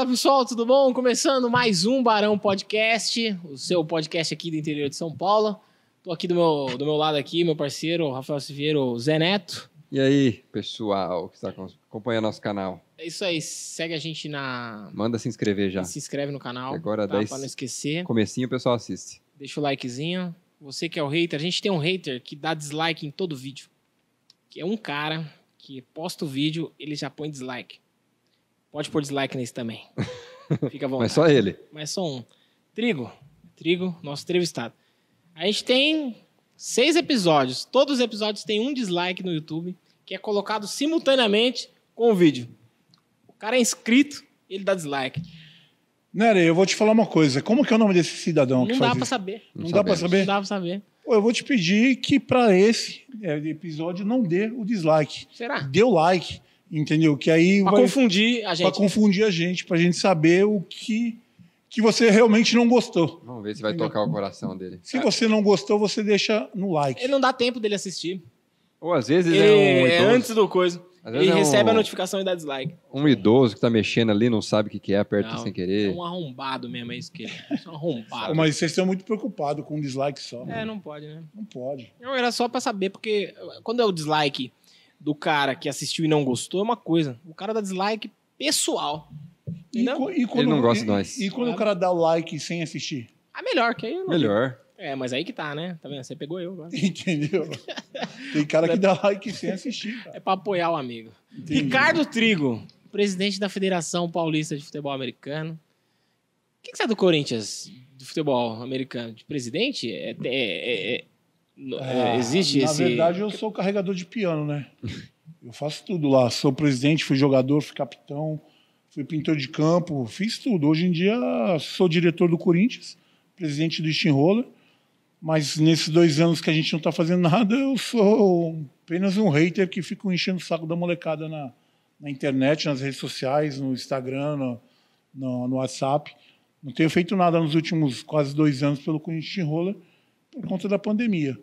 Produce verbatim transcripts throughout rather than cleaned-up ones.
Fala pessoal, tudo bom? Começando mais um Barão Podcast, o seu podcast aqui do interior de São Paulo. Tô aqui do meu, do meu lado aqui, meu parceiro Rafael Siviero, Zé Neto. E aí, pessoal que está acompanhando nosso canal? É isso aí, segue a gente na... Manda se inscrever já. Se inscreve no canal, agora tá? dez... Pra não esquecer. Comecinho o pessoal assiste. Deixa o likezinho. Você que é o hater, a gente tem um hater que dá dislike em todo vídeo. Que é um cara que posta o vídeo, ele já põe dislike. Pode pôr dislike nesse também. Fica à vontade. Mas só ele. Mas só um. Trigo. Trigo, nosso entrevistado. A gente tem seis episódios. Todos os episódios têm um dislike no YouTube, que é colocado simultaneamente com o vídeo. O cara é inscrito, ele dá dislike. Nery, eu vou te falar uma coisa. Como que é o nome desse cidadão? Não que dá faz pra isso? saber. Não, Não dá pra sabemos. saber? Não dá pra saber. Pô, eu vou te pedir que para esse é, episódio não dê o dislike. Será? Dê o like, entendeu? Que aí Pra vai confundir a gente. pra confundir a gente, pra gente saber o que, que você realmente não gostou. Vamos ver se vai tocar o coração dele. Se você não gostou, você deixa no like. Ele não dá tempo dele assistir. Ou às vezes Ele é um é idoso, antes do coisa. Às vezes Ele é um- recebe a notificação e dá dislike. um idoso que tá mexendo ali, não sabe o que que é, aperta Não, sem É querer. um arrombado mesmo, é isso que ele é. É um arrombado. Pô, mas vocês estão muito preocupados com um dislike só. É, não pode, né? Não pode. Não, era só pra saber, porque quando é o dislike do cara que assistiu e não gostou, é uma coisa. O cara dá dislike pessoal. E, Entendeu? co- e quando, Ele não gosta e- de nós. E, quando o cara dá o like sem assistir? Ah, melhor, que aí eu não... Melhor. É, mas aí que tá, né? Tá vendo? Você pegou eu agora. Entendeu? Tem cara que dá like sem assistir, cara. É pra apoiar o amigo. Entendi. Ricardo Trigo, presidente da Federação Paulista de Futebol Americano. O que, que você é do Corinthians, do futebol americano? De presidente? É, é- é- é- no- é, Ah, existe na esse... verdade, eu sou carregador de piano, né? Eu faço tudo lá. Sou presidente, fui jogador, fui capitão, fui pintor de campo, fiz tudo. Hoje em dia, sou diretor do Corinthians, presidente do Steamroller, mas nesses dois anos que a gente não está fazendo nada, eu sou apenas um hater que fica enchendo o saco da molecada na, na internet, nas redes sociais, no Instagram, no, no, no WhatsApp. Não tenho feito nada nos últimos quase dois anos pelo Corinthians Steamroller por conta da pandemia.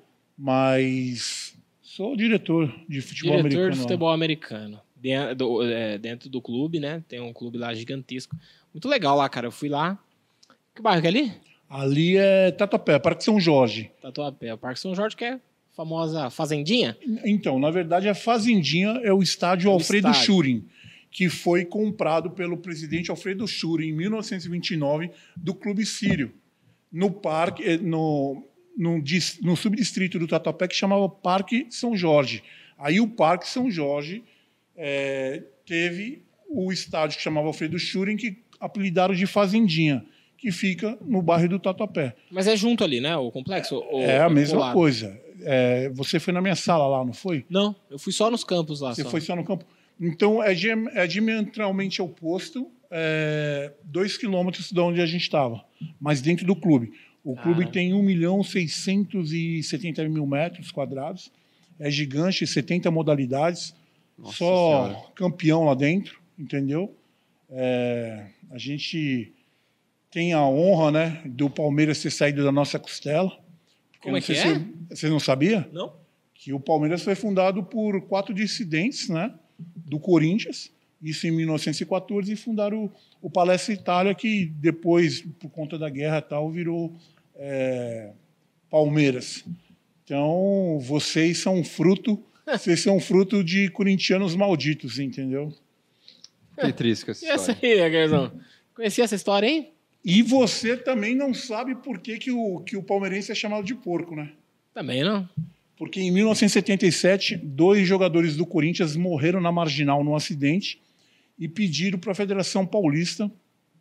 Mas sou diretor de futebol Diretor americano. de lá. futebol americano. Dentro do, é, dentro do clube, né? Tem um clube lá gigantesco. Muito legal lá, cara. Eu fui lá. Que bairro que é ali? Ali é Tatuapé, Parque São Jorge. Tatuapé. O Parque São Jorge, que é a famosa fazendinha. Então, na verdade, a Fazendinha é o estádio É o Alfredo estádio. Schuring, que foi comprado pelo presidente Alfredo Schuring em mil novecentos e vinte e nove do Clube Sírio, no parque, eh, no, no, dis- no subdistrito do Tatuapé que chamava Parque São Jorge. Aí o Parque São Jorge eh, teve o estádio que chamava Alfredo Schuring, que apelidaram de Fazendinha, que fica no bairro do Tatuapé. Mas é junto ali, né? O complexo? Ou- É a mesma colado? coisa. É, você foi na minha sala lá, não foi? Não, eu fui só nos campos lá. Você só. foi só no campo. Então, é, di- é diametralmente oposto, é, dois quilômetros de onde a gente estava, mas dentro do clube. O clube Cara. tem um milhão seiscentos e setenta mil metros quadrados, é gigante, setenta modalidades, Nossa só Senhora. campeão lá dentro, entendeu? É, a gente tem a honra, né, do Palmeiras ter saído da nossa costela. Porque Como não é sei que se é? Você não sabia? Não? Que o Palmeiras foi fundado por quatro dissidentes, né, do Corinthians, isso em mil novecentos e quatorze, e fundaram o, o Palestra Itália, que depois, por conta da guerra e tal, virou é, Palmeiras. Então, vocês são fruto, vocês são fruto de corintianos malditos, entendeu? Fiquei triste com essa E essa história. aí, Garzão? Conhecia essa história, hein? E você também não sabe por que, que, o, que o palmeirense é chamado de porco, né? Também não. Porque em mil novecentos e setenta e sete, dois jogadores do Corinthians morreram na Marginal num acidente e pediram para a Federação Paulista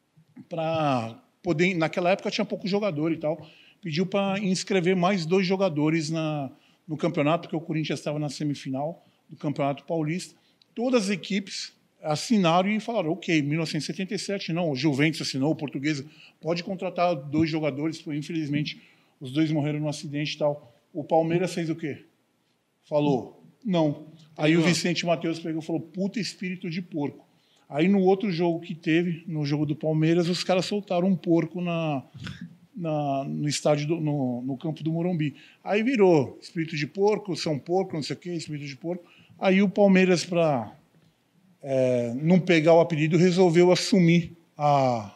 para poder... Naquela época tinha pouco jogador e tal. Pediu para inscrever mais dois jogadores na, no campeonato, porque o Corinthians estava na semifinal do Campeonato Paulista. Todas as equipes assinaram e falaram, ok, mil novecentos e setenta e sete, não, o Juventus assinou, o Portuguesa, pode contratar dois jogadores, infelizmente os dois morreram no acidente e tal. O Palmeiras fez o quê? Falou, não. Aí o Vicente Matheus pegou e falou, puta espírito de porco. Aí no outro jogo que teve, no jogo do Palmeiras, os caras soltaram um porco na, na, no estádio, do, no, no campo do Morumbi. Aí virou espírito de porco, São Porco, não sei o quê, espírito de porco. Aí o Palmeiras, para é, não pegar o apelido, resolveu assumir a,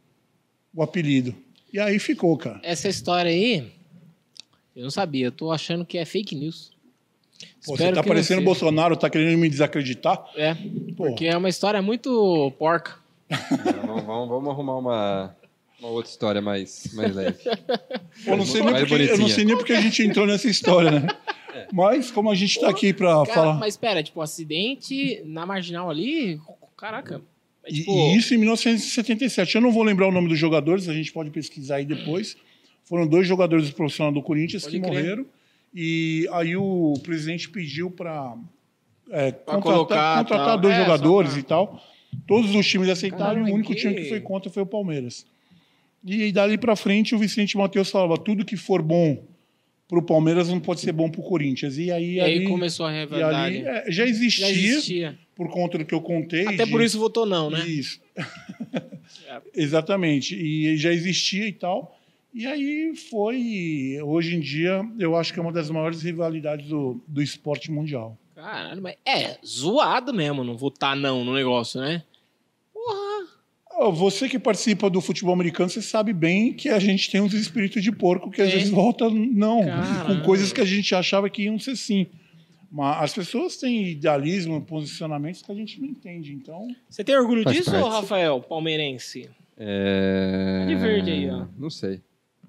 o apelido. E aí ficou, cara. Essa história aí, eu não sabia. Eu tô achando que é fake news. Pô, Espero você tá que não parecendo seja. Bolsonaro, tá querendo me desacreditar? É, Pô. porque é uma história muito porca. Não, vamos, vamos, vamos arrumar uma, uma outra história mais, mais leve. Pô, eu, não sei nem Mais porque, eu não bonitinha. sei nem porque a gente entrou nessa história, né? Mas como a gente tá aqui pra Cara, falar... mas espera, tipo, acidente na marginal ali, caraca. É, E- tipo, E isso em mil novecentos e setenta e sete. Eu não vou lembrar o nome dos jogadores, a gente pode pesquisar aí depois. Foram dois jogadores profissionais do Corinthians Pode que crer. morreram. E aí o presidente pediu para é, contratar, colocar, contratar tal. dois É, só jogadores pra- e tal. Todos os times aceitaram Caramba, e o único que- time que foi contra foi o Palmeiras. E dali para frente o Vicente Matheus falava: tudo que for bom para o Palmeiras não pode ser bom para o Corinthians. E aí, E aí ali, começou a e rivalidade. ali, é, já, existia, Já existia. por conta do que eu contei. Até de- por isso votou não, né? Isso. É. Exatamente. E já existia e tal. E aí foi, hoje em dia, eu acho que é uma das maiores rivalidades do, do esporte mundial. Caralho, mas é zoado mesmo não votar não no negócio, né? Porra. Ó, Você que participa do futebol americano, você sabe bem que a gente tem uns espíritos de porco que às É. vezes volta não, Caramba. com coisas que a gente achava que iam ser sim. Mas as pessoas têm idealismo, posicionamentos que a gente não entende. Então, Você tem orgulho Faz disso, parte. Rafael, palmeirense? É... Tá de verde aí, ó. Não sei.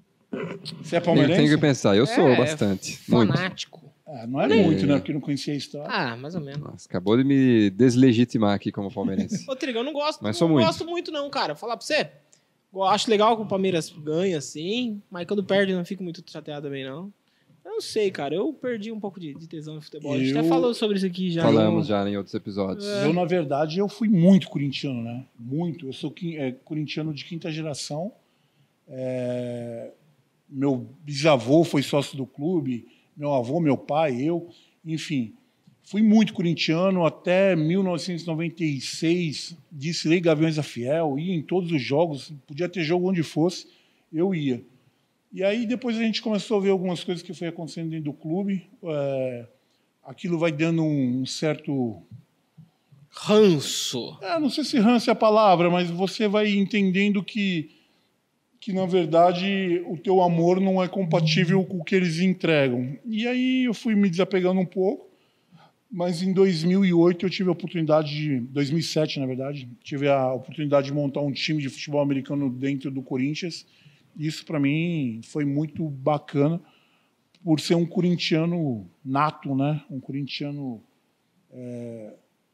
você é Tenho, palmeirense? tenho que pensar. Eu sou É, bastante. Muito. Fanático. Ah, não é muito, né? Porque não conhecia a história. Ah, mais ou menos. Nossa, acabou de me deslegitimar aqui como palmeirense. Ô, Trigo, eu não gosto, Mas não sou muito. gosto muito não, cara. Falar pra você. Eu acho legal que o Palmeiras ganha, assim, mas quando perde eu não fico muito chateado também, não. Eu não sei, cara. Eu perdi um pouco de, de tesão no futebol. A gente Eu- até falou sobre isso aqui já. Falamos já em outros episódios. É. Eu, na verdade, eu fui muito corintiano, né? Muito. Eu sou quin- é, corintiano de quinta geração. É, Meu bisavô foi sócio do clube, meu avô, meu pai, eu. Enfim, fui muito corintiano até mil novecentos e noventa e seis. Desfilei Gaviões da Fiel, ia em todos os jogos, podia ter jogo onde fosse, eu ia. E aí depois a gente começou a ver algumas coisas que foi acontecendo dentro do clube. É, aquilo vai dando um certo... Ranço. É, não sei se ranço é a palavra, mas você vai entendendo que, que, na verdade, o teu amor não é compatível com o que eles entregam. E aí eu fui me desapegando um pouco, mas em dois mil e oito eu tive a oportunidade de... dois mil e sete, na verdade, tive a oportunidade de montar um time de futebol americano dentro do Corinthians. Isso, para mim, foi muito bacana, por ser um corintiano nato, né? Um corintiano... É,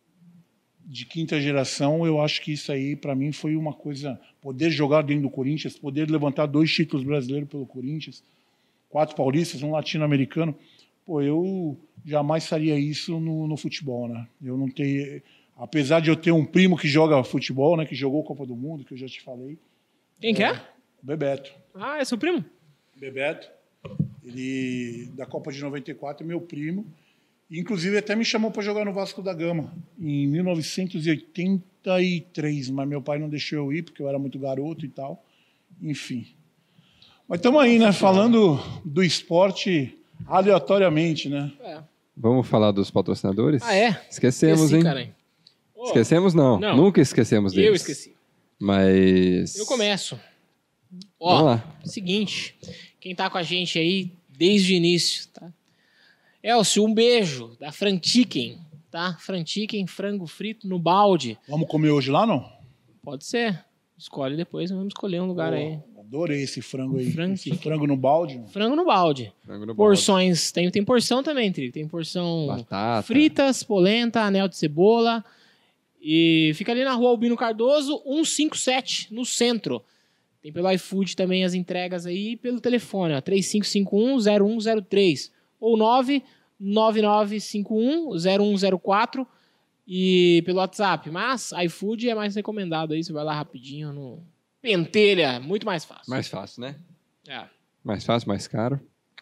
de quinta geração, eu acho que isso aí, para mim, foi uma coisa... Poder jogar dentro do Corinthians, poder levantar dois títulos brasileiros pelo Corinthians, quatro paulistas, um latino-americano. Pô, eu jamais faria isso no, no futebol, né? Eu não tenho... Apesar de eu ter um primo que joga futebol, né? Que jogou Copa do Mundo, que eu já te falei. Quem que é? O Bebeto. Ah, é seu primo? Bebeto. Ele, da Copa de noventa e quatro, é meu primo. Inclusive, até me chamou para jogar no Vasco da Gama, em mil novecentos e oitenta e três, mas meu pai não deixou eu ir, porque eu era muito garoto e tal. Enfim. Mas estamos aí, né? Falando do esporte aleatoriamente, né? É. Vamos falar dos patrocinadores? Ah, é? Esquecemos, Esqueci, hein? cara. Ô, Esquecemos, não. Não. Nunca esquecemos deles. Eu esqueci. Mas... Eu começo. Ó, Vamos lá. seguinte. Quem tá com a gente aí desde o início, tá? Elcio, um beijo da Frantiquem, tá? Frantiquem, frango frito no balde. Vamos comer hoje lá, não? Pode ser. Escolhe depois, vamos escolher um lugar aí. Pô, adorei esse frango aí. Frango esse chique. frango no balde. Frango no balde. Frango no balde. Porções, tem, tem porção também, Tri. Tem porção Batata. fritas, polenta, anel de cebola. E fica ali na rua Albino Cardoso, cento e cinquenta e sete, no centro. Tem pelo iFood também as entregas aí e pelo telefone, ó, três cinco cinco um, zero um zero três ou nove nove nove cinco um, zero um zero quatro e pelo WhatsApp. Mas iFood é mais recomendado aí, você vai lá rapidinho no Pentelha, muito mais fácil. Mais fácil, né? É. Mais fácil, mais caro.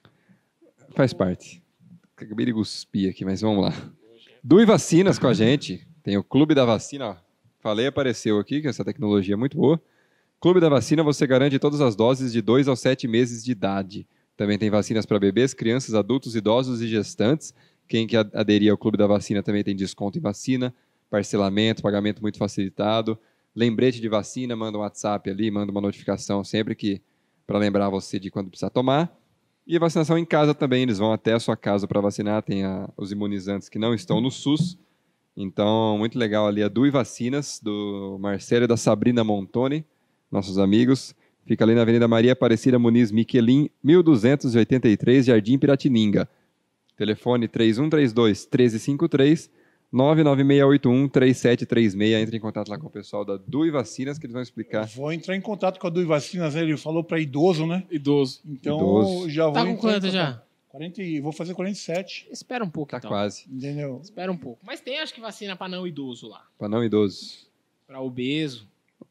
Faz parte. Acabei de cuspir aqui, mas vamos lá. Dui Vacinas com a gente. Tem o Clube da Vacina, ó. Falei, apareceu aqui, que essa tecnologia é muito boa. Clube da Vacina, você garante todas as doses de dois aos sete meses de idade. Também tem vacinas para bebês, crianças, adultos, idosos e gestantes. Quem quer aderir ao Clube da Vacina também tem desconto em vacina, parcelamento, pagamento muito facilitado. lembrete de vacina, manda um WhatsApp ali, manda uma notificação sempre que para lembrar você de quando precisar tomar. E a vacinação em casa também, eles vão até a sua casa para vacinar, tem a, os imunizantes que não estão no SUS. Então, muito legal ali a Dui Vacinas, do Marcelo e da Sabrina Montoni, nossos amigos. Fica ali na Avenida Maria Aparecida Muniz Miquelin, mil duzentos e oitenta e três, Jardim Piratininga. Telefone três um três dois, um três cinco três, nove nove seis oito um, três sete três seis. Entre em contato lá com o pessoal da Dui Vacinas, que eles vão explicar. Eu vou entrar em contato com a Dui Vacinas, né? Ele falou para idoso, né? Idoso. Então, Idoso. já vou Tá com entrar em quanto contato. já? quarenta, e- vou fazer quarenta e sete, Espera um pouco, Tá então. quase. entendeu? Espera um pouco. Mas tem, acho que, vacina pra não idoso lá. Para não idosos. Pra obeso.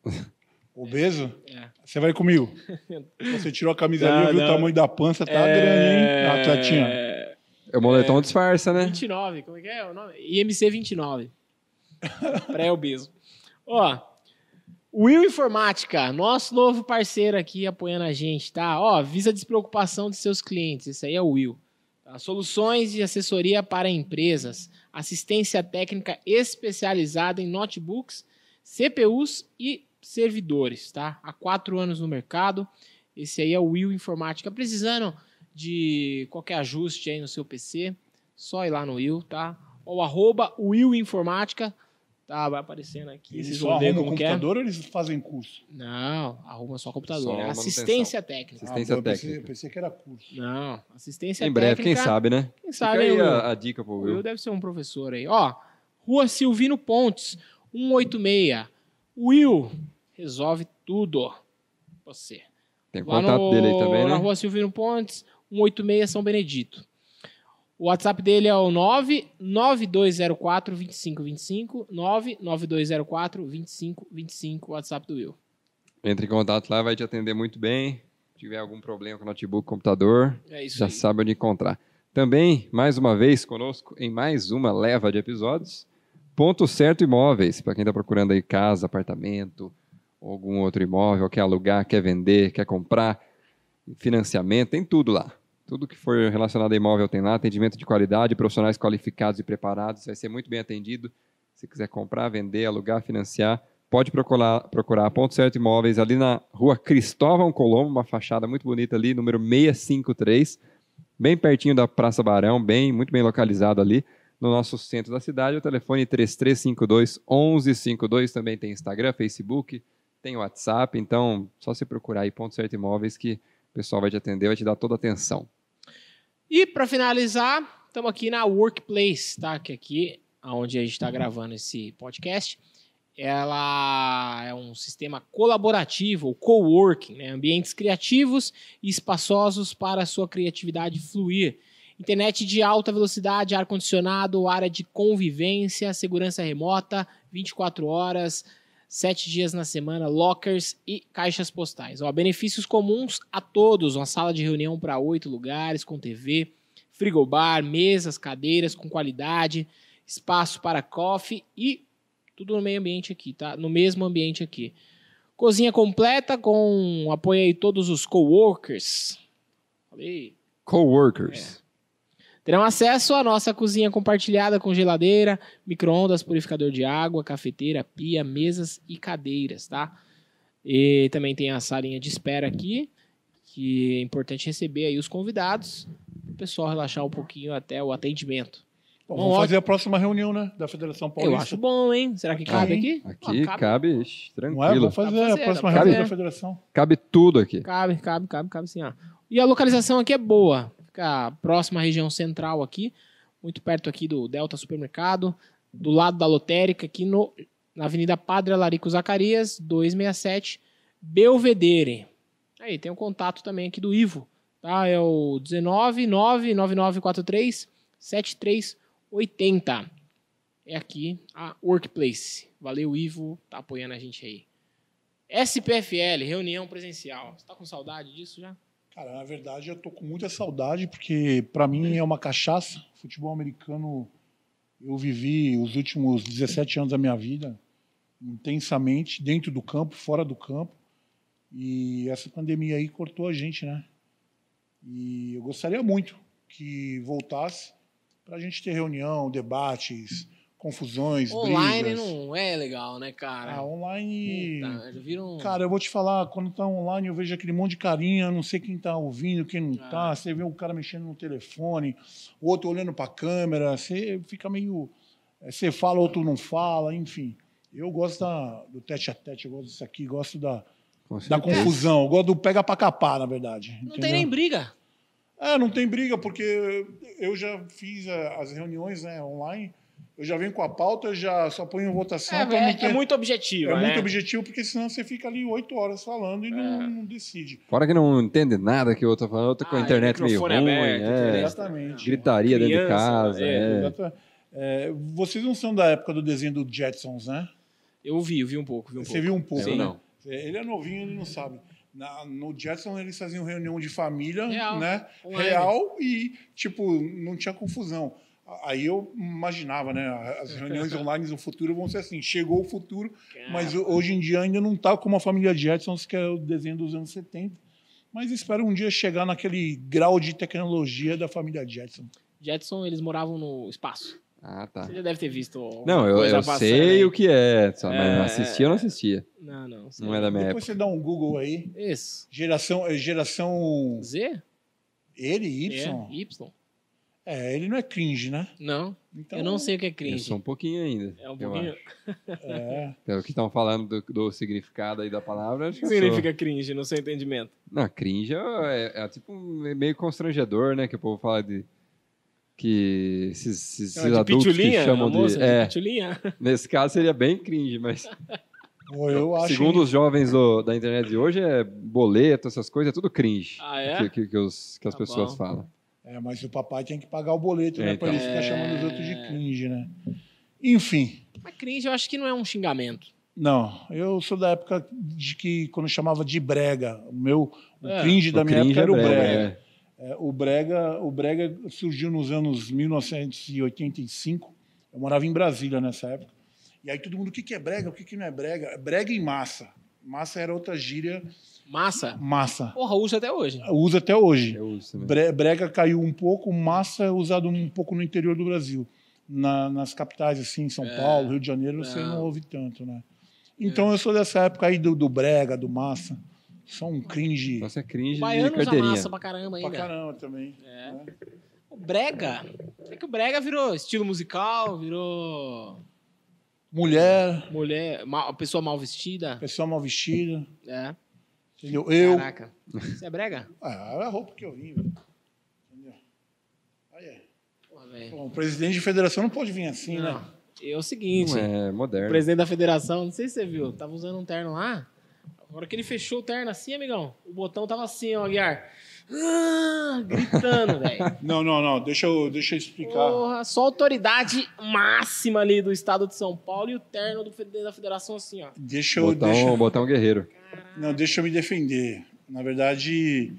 Obeso? É. Você vai comigo? Você tirou a camisa Não, ali, eu vi não. o tamanho da pança, tá grande, hein? Atletinha. É... O moletom disfarça, né? vinte e nove, como é que é o nome? I M C vinte e nove. Pré-obeso. Ó, Will Informática, nosso novo parceiro aqui apoiando a gente, tá? Ó, visa a despreocupação de seus clientes. Esse aí é o Will. Tá? Soluções de assessoria para empresas, assistência técnica especializada em notebooks, C P Us e servidores, tá? Há quatro anos no mercado. Esse aí é o Will Informática. Precisando de qualquer ajuste aí no seu P C, só ir lá no Will, tá? Ou arroba Will Informática, tá? Vai aparecendo aqui. Eles Vocês só vão ver arrumam o como que é. computador ou eles fazem curso? Não, arruma só computador. Só é manutenção. assistência técnica. Assistência Ah, eu pensei, técnica. eu pensei que era curso. Não, assistência Em breve, técnica. quem sabe, né? Quem sabe, Fica aí hein, Will? a, a dica pro O Will Will. deve ser um professor aí. Ó, Rua Silvino Pontes, cento e oitenta e seis. Will resolve tudo. Você. Tem o Lá contato no- dele aí também, Na né? Rua Silvino Pontes, cento e oitenta e seis, São Benedito. O WhatsApp dele é o nove nove dois zero quatro, dois cinco dois cinco, nove nove dois zero quatro, dois cinco dois cinco, o WhatsApp do Will. Entre em contato lá, vai te atender muito bem. Se tiver algum problema com notebook, computador, É isso já aí. sabe onde encontrar. Também, mais uma vez, conosco em mais uma leva de episódios, Ponto Certo Imóveis, para quem está procurando aí casa, apartamento, ou algum outro imóvel, quer alugar, quer vender, quer comprar, financiamento, tem tudo lá. Tudo que for relacionado a imóvel tem lá, atendimento de qualidade, profissionais qualificados e preparados, vai ser muito bem atendido. Se quiser comprar, vender, alugar, financiar, pode procurar, procurar Ponto Certo Imóveis ali na Rua Cristóvão Colombo, uma fachada muito bonita ali, número seiscentos e cinquenta e três, bem pertinho da Praça Barão, bem, muito bem localizado ali no nosso centro da cidade. O telefone três três cinco dois, um um cinco dois, também tem Instagram, Facebook, tem WhatsApp, então só se procurar aí Ponto Certo Imóveis que o pessoal vai te atender, vai te dar toda a atenção. E para finalizar, estamos aqui na Workplace, tá? Que aqui, onde a gente está gravando esse podcast, ela é um sistema colaborativo, ou coworking, né? Ambientes criativos e espaçosos para a sua criatividade fluir. Internet de alta velocidade, ar-condicionado, área de convivência, segurança remota, vinte e quatro horas, sete dias na semana, lockers e caixas postais. Ó, benefícios comuns a todos, uma sala de reunião para oito lugares, com T V, frigobar, mesas, cadeiras com qualidade, espaço para coffee e tudo no meio ambiente aqui, tá? No mesmo ambiente aqui. Cozinha completa com apoio aí todos os coworkers. Falei. Coworkers. Terão acesso à nossa cozinha compartilhada com geladeira, micro-ondas, purificador de água, cafeteira, pia, mesas e cadeiras, tá? E também tem a salinha de espera aqui, que é importante receber aí os convidados, o pessoal relaxar um pouquinho até o atendimento. Bom, Bom, vamos ótimo. fazer a próxima reunião, né? Da Federação Paulista. Eu acho bom, hein? Será que Aqui, cabe hein? aqui? Aqui Ah, cabe, ixi, Não é? tranquilo. Vamos fazer, Dá pra fazer, a próxima dá pra reunião fazer. da Federação. Cabe tudo aqui. Cabe, cabe, cabe, cabe sim, ó. E a localização aqui é boa. Fica próxima à região central aqui, muito perto aqui do Delta Supermercado, do lado da lotérica, aqui no, na Avenida Padre Alarico Zacarias, duzentos e sessenta e sete, Belvedere. Aí, tem o contato também aqui do Ivo, tá? É o dezenove, nove nove nove quatro três, sete três oito zero. É aqui a Workplace. Valeu, Ivo, tá apoiando a gente aí. S P F L, reunião presencial. Você tá com saudade disso já? Cara, na verdade, eu tô com muita saudade, porque para mim é uma cachaça. Futebol americano, eu vivi os últimos dezessete anos da minha vida intensamente, dentro do campo, fora do campo. E essa pandemia aí cortou a gente, né? E eu gostaria muito que voltasse para a gente ter reunião, debates, confusões, Online brigas. não é legal, né, cara? Ah, online... Puta, já viram... Cara, eu vou te falar, quando tá online eu vejo aquele monte de carinha, não sei quem tá ouvindo, quem não Ah. tá, você vê o cara mexendo no telefone, o outro olhando pra câmera, você fica meio... Você fala, o outro não fala, enfim. Eu gosto da, do tete a tete, eu gosto disso aqui, gosto da, Com da certeza. confusão, eu gosto do pega pra capar, na verdade. Não entendeu? tem nem briga. É, não tem briga, porque eu já fiz a- as reuniões, né, online, eu já venho com a pauta, já só ponho em votação. É, pra é- não ter- é muito objetivo, é né? muito objetivo, porque senão você fica ali oito horas falando e não, não decide. Fora que não entende nada que o outro tá falando, outro com a Ah, internet e meio ruim, microfone aberto, é, internet. Exatamente. gritaria dentro de Criança, casa. é, é. Exata- é, vocês não são da época do desenho do Jetsons, né? Eu vi, eu vi um pouco, vi um Você pouco. viu um pouco, Eu né? não. É, ele é novinho, ele não sabe. Na- no Jetson eles faziam reunião de família, Real, né? online. Real e, tipo, não tinha confusão. Aí eu imaginava, né? As reuniões online no futuro vão ser assim. Chegou o futuro, mas hoje em dia ainda não está como a família Jetsons, que é o desenho dos anos setenta. Mas espero um dia chegar naquele grau de tecnologia da família Jetson. Jetson, eles moravam no espaço. Ah, tá. Você já deve ter visto. alguma Não, eu, coisa eu passando sei aí. o que é, só, mas É, não assistia, eu não assistia. Não, não. sei. Não é da minha Depois época. você dá um Google aí. Isso. Geração, é, geração Z? ele, Y. É, Y. É, ele não é cringe, né? Não. Então, Eu não sei o que é Eu cringe. sou um pouquinho ainda. É um eu pouquinho. acho. É. Pelo que estão falando do, do significado aí da palavra, O acho que que eu significa cringe no seu entendimento? sou. Não, cringe é, é, é tipo meio constrangedor, né? Que o povo fala de. Que esses, esses Ah, de adultos que pitulinha? chamam a moça de. É, pitulinha? nesse caso seria bem cringe, mas Pô, eu acho segundo os jovens do- da internet de hoje, é boleto, essas coisas, é tudo cringe. Ah, é? Que, que, que os- que as Tá pessoas bom. falam. É, mas o papai tem que pagar o boleto, É, né? Pra então. ele ficar É. chamando os outros de cringe, né? Enfim. Mas cringe eu acho que não é um xingamento. Não, eu sou da época de que, quando chamava de brega, o meu o É. cringe da O minha cringe época era o é brega, brega. é. É, o brega. O brega surgiu nos anos mil novecentos e oitenta e cinco. Eu morava em Brasília nessa época. E aí todo mundo, o que que é brega? O que que não é brega? É brega e massa. Massa era outra gíria. Massa. Massa. Porra, usa até hoje. Usa até hoje. Eu uso também. Bre- Brega caiu um pouco, massa é usado um pouco no interior do Brasil. Na- nas capitais, assim, São É. Paulo, Rio de Janeiro, você Não. não ouve tanto, né? Então eu sou dessa época aí do, do brega, do massa. Sou um cringe Nossa, é O cringe de baiano usa carteirinha. massa pra caramba pra ainda. caramba também. É. né? O brega. É que o brega virou estilo musical, virou Mulher, mulher, mal, pessoa mal vestida. pessoa mal vestida, É. entendeu? Eu. Caraca. Você é brega? Ah, é a roupa que eu vim, velho. Entendeu? Aí é. Porra, velho. Bom, o presidente de federação não pode vir assim, Não. né? É o seguinte, Não é o moderno. presidente da federação, não sei se você viu, tava usando um terno lá. Agora que ele fechou o terno assim, amigão, o botão tava assim, ó, Aguiar. Ah, gritando, velho. Não, não, não. Deixa eu, deixa eu explicar. Porra, só autoridade máxima ali do estado de São Paulo e o terno do presidente da federação assim, ó. Deixa eu. Botar deixa... um, botar um guerreiro. Não, deixa eu me defender. Na verdade,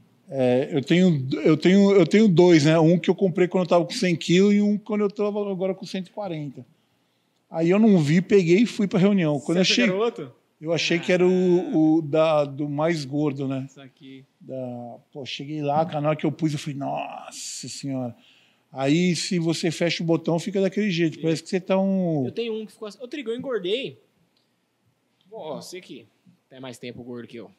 é, eu, tenho, eu, tenho, eu tenho dois, né? Um que eu comprei quando eu estava com cem quilos e um quando eu estava agora com cento e quarenta. Aí eu não vi, peguei e fui para a reunião. Quando eu, Você achei, achou que era outro? eu achei que era o, o da, do mais gordo, né? Isso aqui. Da, pô, cheguei lá, canal que eu pus, eu falei, nossa senhora. Aí, se você fecha o botão, fica daquele jeito. Parece que você tá um. Eu tenho um que ficou assim. Ô, Trigo, eu engordei. Bom, ó, você que tem mais tempo gordo que eu.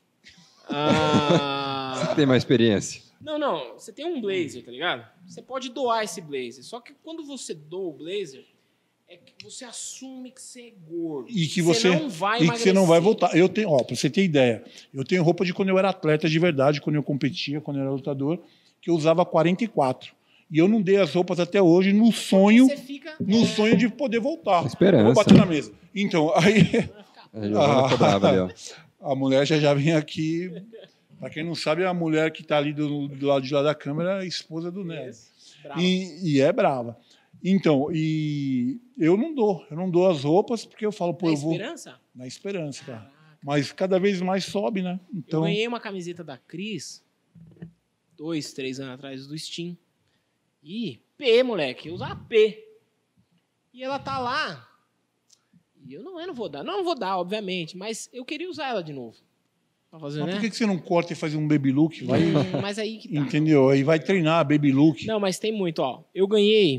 Ah, Tem mais experiência. não, não. Você tem um blazer, tá ligado? Você pode doar esse blazer. Só que quando você doa o blazer, é que você assume que você é gordo. E que você, não vai e que você não vai emagrecer. voltar. Eu tenho, ó, pra você ter ideia, eu tenho roupa de quando eu era atleta de verdade, quando eu competia, quando eu era lutador, que eu usava quarenta e quatro. E eu não dei as roupas até hoje no sonho, Você fica. no sonho de poder voltar. Esperança. Vou bater na mesa. Então, aí A Giovana ficou brava ali, ó. a mulher já, já vem aqui. Pra quem não sabe, a mulher que tá ali do, do lado de lá da câmera é a esposa do Neto. Bravo. E, e é brava. Então, e eu não dou. Eu não dou as roupas porque eu falo, pô, Na eu vou. esperança? Na esperança, cara. Caraca. Mas cada vez mais sobe, né? Eu Então, ganhei uma camiseta da Cris dois, três anos atrás do Steam. E P, moleque, eu usava P. E ela tá lá. E eu não, eu não vou dar. Não, não vou dar, obviamente, mas eu queria usar ela de novo. Pra fazer, mas né? por que que você não corta e faz um baby look? Vai, Hum, mas aí que tá. entendeu? Aí vai treinar baby look. Não, mas tem muito, ó. Eu ganhei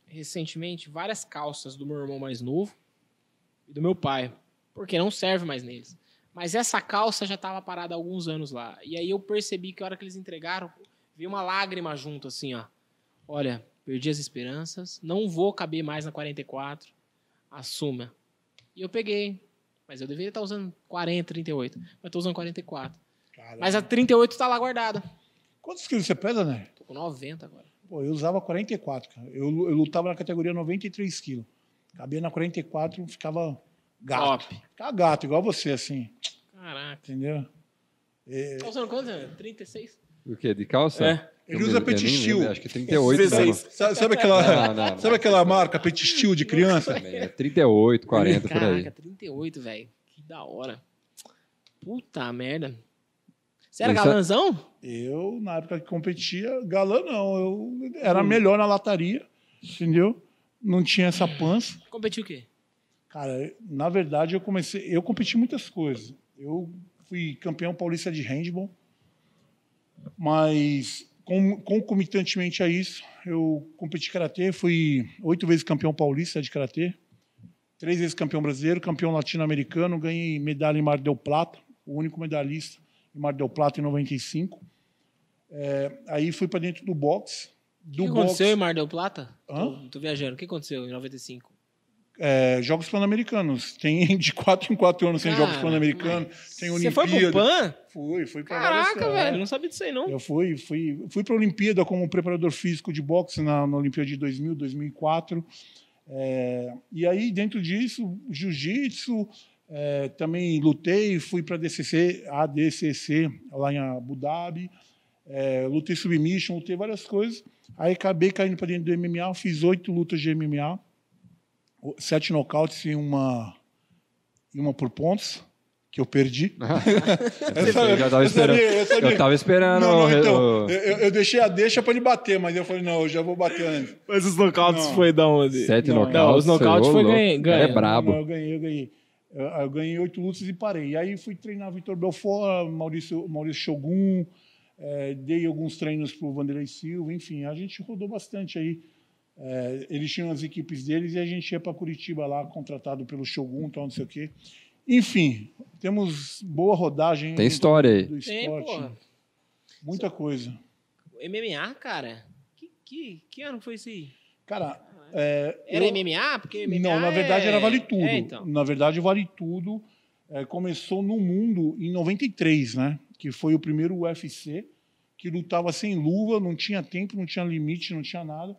recentemente várias calças do meu irmão mais novo e do meu pai, porque não serve mais neles. Mas essa calça já estava parada há alguns anos lá. E aí eu percebi que a hora que eles entregaram, veio uma lágrima junto, assim, ó. Olha, perdi as esperanças, não vou caber mais na quarenta e quatro, assuma. E eu peguei, mas eu deveria estar usando quarenta, trinta e oito, mas estou usando quarenta e quatro. Caramba. Mas a trinta e oito está lá guardada. Quantos quilos você pesa, né? Tô com noventa agora. Pô, eu usava quarenta e quatro, cara. Eu, eu lutava na categoria noventa e três quilos. Cabia na quarenta e quatro, ficava gato. Top. Ficava gato, igual você, assim. Caraca. Entendeu? É... Tá usando quanto? trinta e seis? O quê? De calça? É. Ele usa Petit Steel. Acho que trinta e oito. dezesseis. Sabe, sabe aquela, Não, não, não. sabe aquela marca Petit Steel de criança? É trinta e oito, quarenta, por aí. Caraca, trinta e oito, velho. Que da hora. Puta merda. Você era Isso é- galanzão? Eu, na época que competia, galã não. Eu era melhor na lataria, entendeu? Não tinha essa pança. Competiu o quê? Cara, na verdade, eu comecei. Eu competi muitas coisas. Eu fui campeão paulista de handball, mas com- concomitantemente a isso, eu competi karatê, fui oito vezes campeão paulista de karatê, três vezes campeão brasileiro, campeão latino-americano, ganhei medalha em Mar del Plata, o único medalhista em Mar del Plata em noventa e cinco. É, aí fui para dentro do boxe. O Do que aconteceu em boxe, Mar del Plata? Hã? Tô, tô viajando. O que aconteceu em noventa e cinco? é, Jogos Pan-Americanos. Tem de quatro em quatro anos tem Cara, Jogos Pan-Americanos, tem Você Olimpíada. foi pro Pan? Fui, fui para Caraca, velho. Não sabia disso aí, não. Eu fui, fui, fui para a Olimpíada como preparador físico de boxe na, na Olimpíada de dois mil, dois mil e quatro. É, e aí, dentro disso, jiu-jitsu, é, também lutei, fui para a D C C, a D C C, lá em Abu Dhabi, é, lutei submission, lutei várias coisas. Aí acabei caindo para dentro do M M A, fiz oito lutas de M M A, sete nocautes e uma, e uma por pontos, que eu perdi. Eu já tava esperando. eu sabia. Eu tava esperando. Não, não, o- então, o- eu, eu deixei a deixa para ele bater, mas eu falei, não, eu já vou bater antes. Mas os nocautes Não. foi da onde? Sete Não, nocautes. não, os nocautes ô, foi louco. ganha- ganha. É brabo. Não, eu ganhei, eu ganhei. Eu, eu ganhei oito lutas e parei. E aí fui treinar Vitor Belfort, Maurício, Maurício Shogun, eh, dei alguns treinos para o Vanderlei Silva, enfim, a gente rodou bastante aí. Eh, eles tinham as equipes deles e a gente ia para Curitiba lá, contratado pelo Shogun, tal, não sei o quê. Enfim, temos boa rodagem Tem do- história aí. do Tem, esporte. porra. Muita coisa. M M A, cara? Que, que, que ano foi isso aí? Cara, é, Era eu- M M A? Porque M M A Não, na verdade é... era Vale Tudo. É, então. Na verdade, Vale Tudo é, começou no mundo em noventa e três, né? Que foi o primeiro U F C, que lutava sem luva, não tinha tempo, não tinha limite, não tinha nada.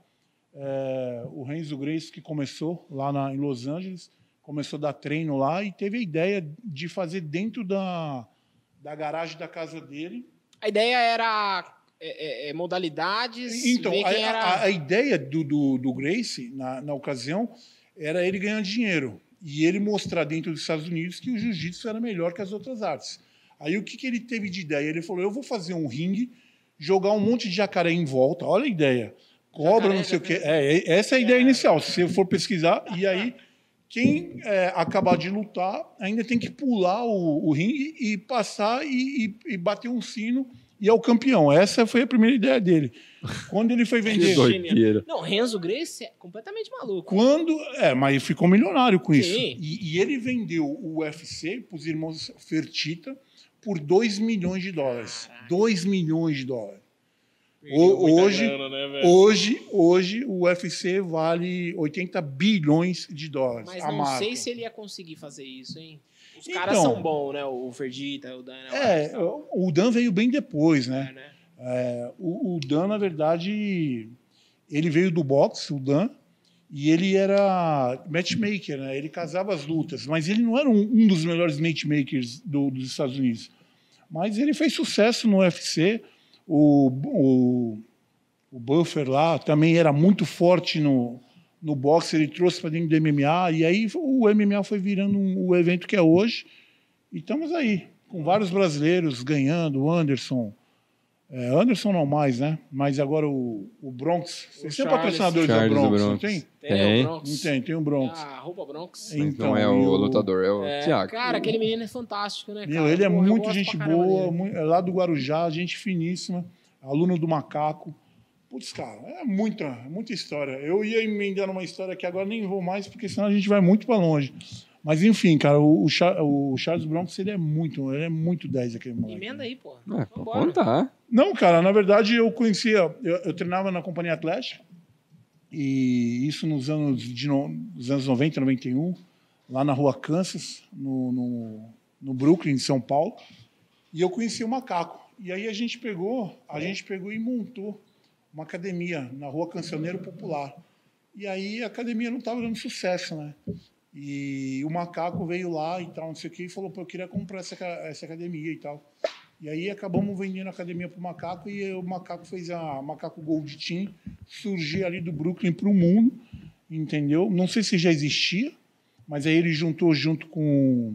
É, o Renzo Gracie, que começou lá na, em Los Angeles, começou a dar treino lá e teve a ideia de fazer dentro da, da garagem da casa dele. A ideia era é, é, é, modalidades, Então, ver a, quem era... a- a ideia do, do, do Gracie, na, na ocasião, era ele ganhar dinheiro e ele mostrar dentro dos Estados Unidos que o jiu-jitsu era melhor que as outras artes. Aí o que, que ele teve de ideia? Ele falou, eu vou fazer um ringue, jogar um monte de jacaré em volta, olha a ideia, cobra, Jacaré, não sei o quê. jacaré. É, essa é a ideia inicial, se você for pesquisar, e aí quem é, acabar de lutar ainda tem que pular o, o ringue e passar e, e, e bater um sino e é o campeão. Essa foi a primeira ideia dele. Quando ele foi Que vender... doideira. Não, Renzo Gracie é completamente maluco. Quando, é, mas ficou milionário com isso. Sim. E, e ele vendeu o U F C para os irmãos Fertitta por dois milhões de dólares. dois milhões de dólares. Perdeu muita hoje- grana, né, velho? Hoje, hoje, o U F C vale oitenta bilhões de dólares. Mas a não marca. sei se ele ia conseguir fazer isso, hein? Os Então. caras são bons, né? O Ferdita, o Dan... É, o Dan veio bem depois, né? É, né? É, o, o Dan, na verdade, ele veio do boxe, o Dan, e ele era matchmaker, né? Ele casava as lutas, mas ele não era um, um dos melhores matchmakers do, dos Estados Unidos. Mas ele fez sucesso no U F C. O, o, o Buffer lá também era muito forte no, no boxe, ele trouxe para dentro do M M A, e aí o M M A foi virando um, o evento que é hoje. E estamos aí, com vários brasileiros ganhando, o Anderson. É, Anderson não mais, né? Mas agora o, o Bronx. Vocês têm Charles. patrocinadores da Charles do Bronx, não Bronx. tem? Tem, Tem. o Bronx. Não tem, tem o Bronx. A roupa Bronx. Tem. Mas Então, não é e o o- lutador, é o É, Thiago. cara, aquele menino é fantástico, né, cara? Meu, ele é Porra, eu muito gosto gente pra caramba boa, dele. mu- é lá do Guarujá, gente finíssima, aluno do Macaco. Putz, cara, é muita, muita história. Eu ia emendando uma história que agora nem vou mais, porque senão a gente vai muito para longe. Mas, enfim, cara, o, o Charles Bronx, ele é muito, ele é muito dez, aquele moleque. Emenda aí, pô. É, pode contar. Não, cara, na verdade, eu conhecia... Eu, eu treinava na Companhia Atlética, e isso nos anos, de no, nos anos noventa, noventa e um, lá na Rua Kansas, no, no, no Brooklyn, em São Paulo, e eu conheci o Macaco. E aí a gente pegou, a gente pegou e montou uma academia na Rua Cancioneiro Popular. E aí a academia não estava dando sucesso, né? E o Macaco veio lá e tal, não sei o que, e falou, pô, eu queria comprar essa, essa academia e tal. E aí acabamos vendendo a academia para o Macaco, e o Macaco fez a Macaco Gold Team surgir ali do Brooklyn para o mundo, entendeu? Não sei se já existia, mas aí ele juntou junto com,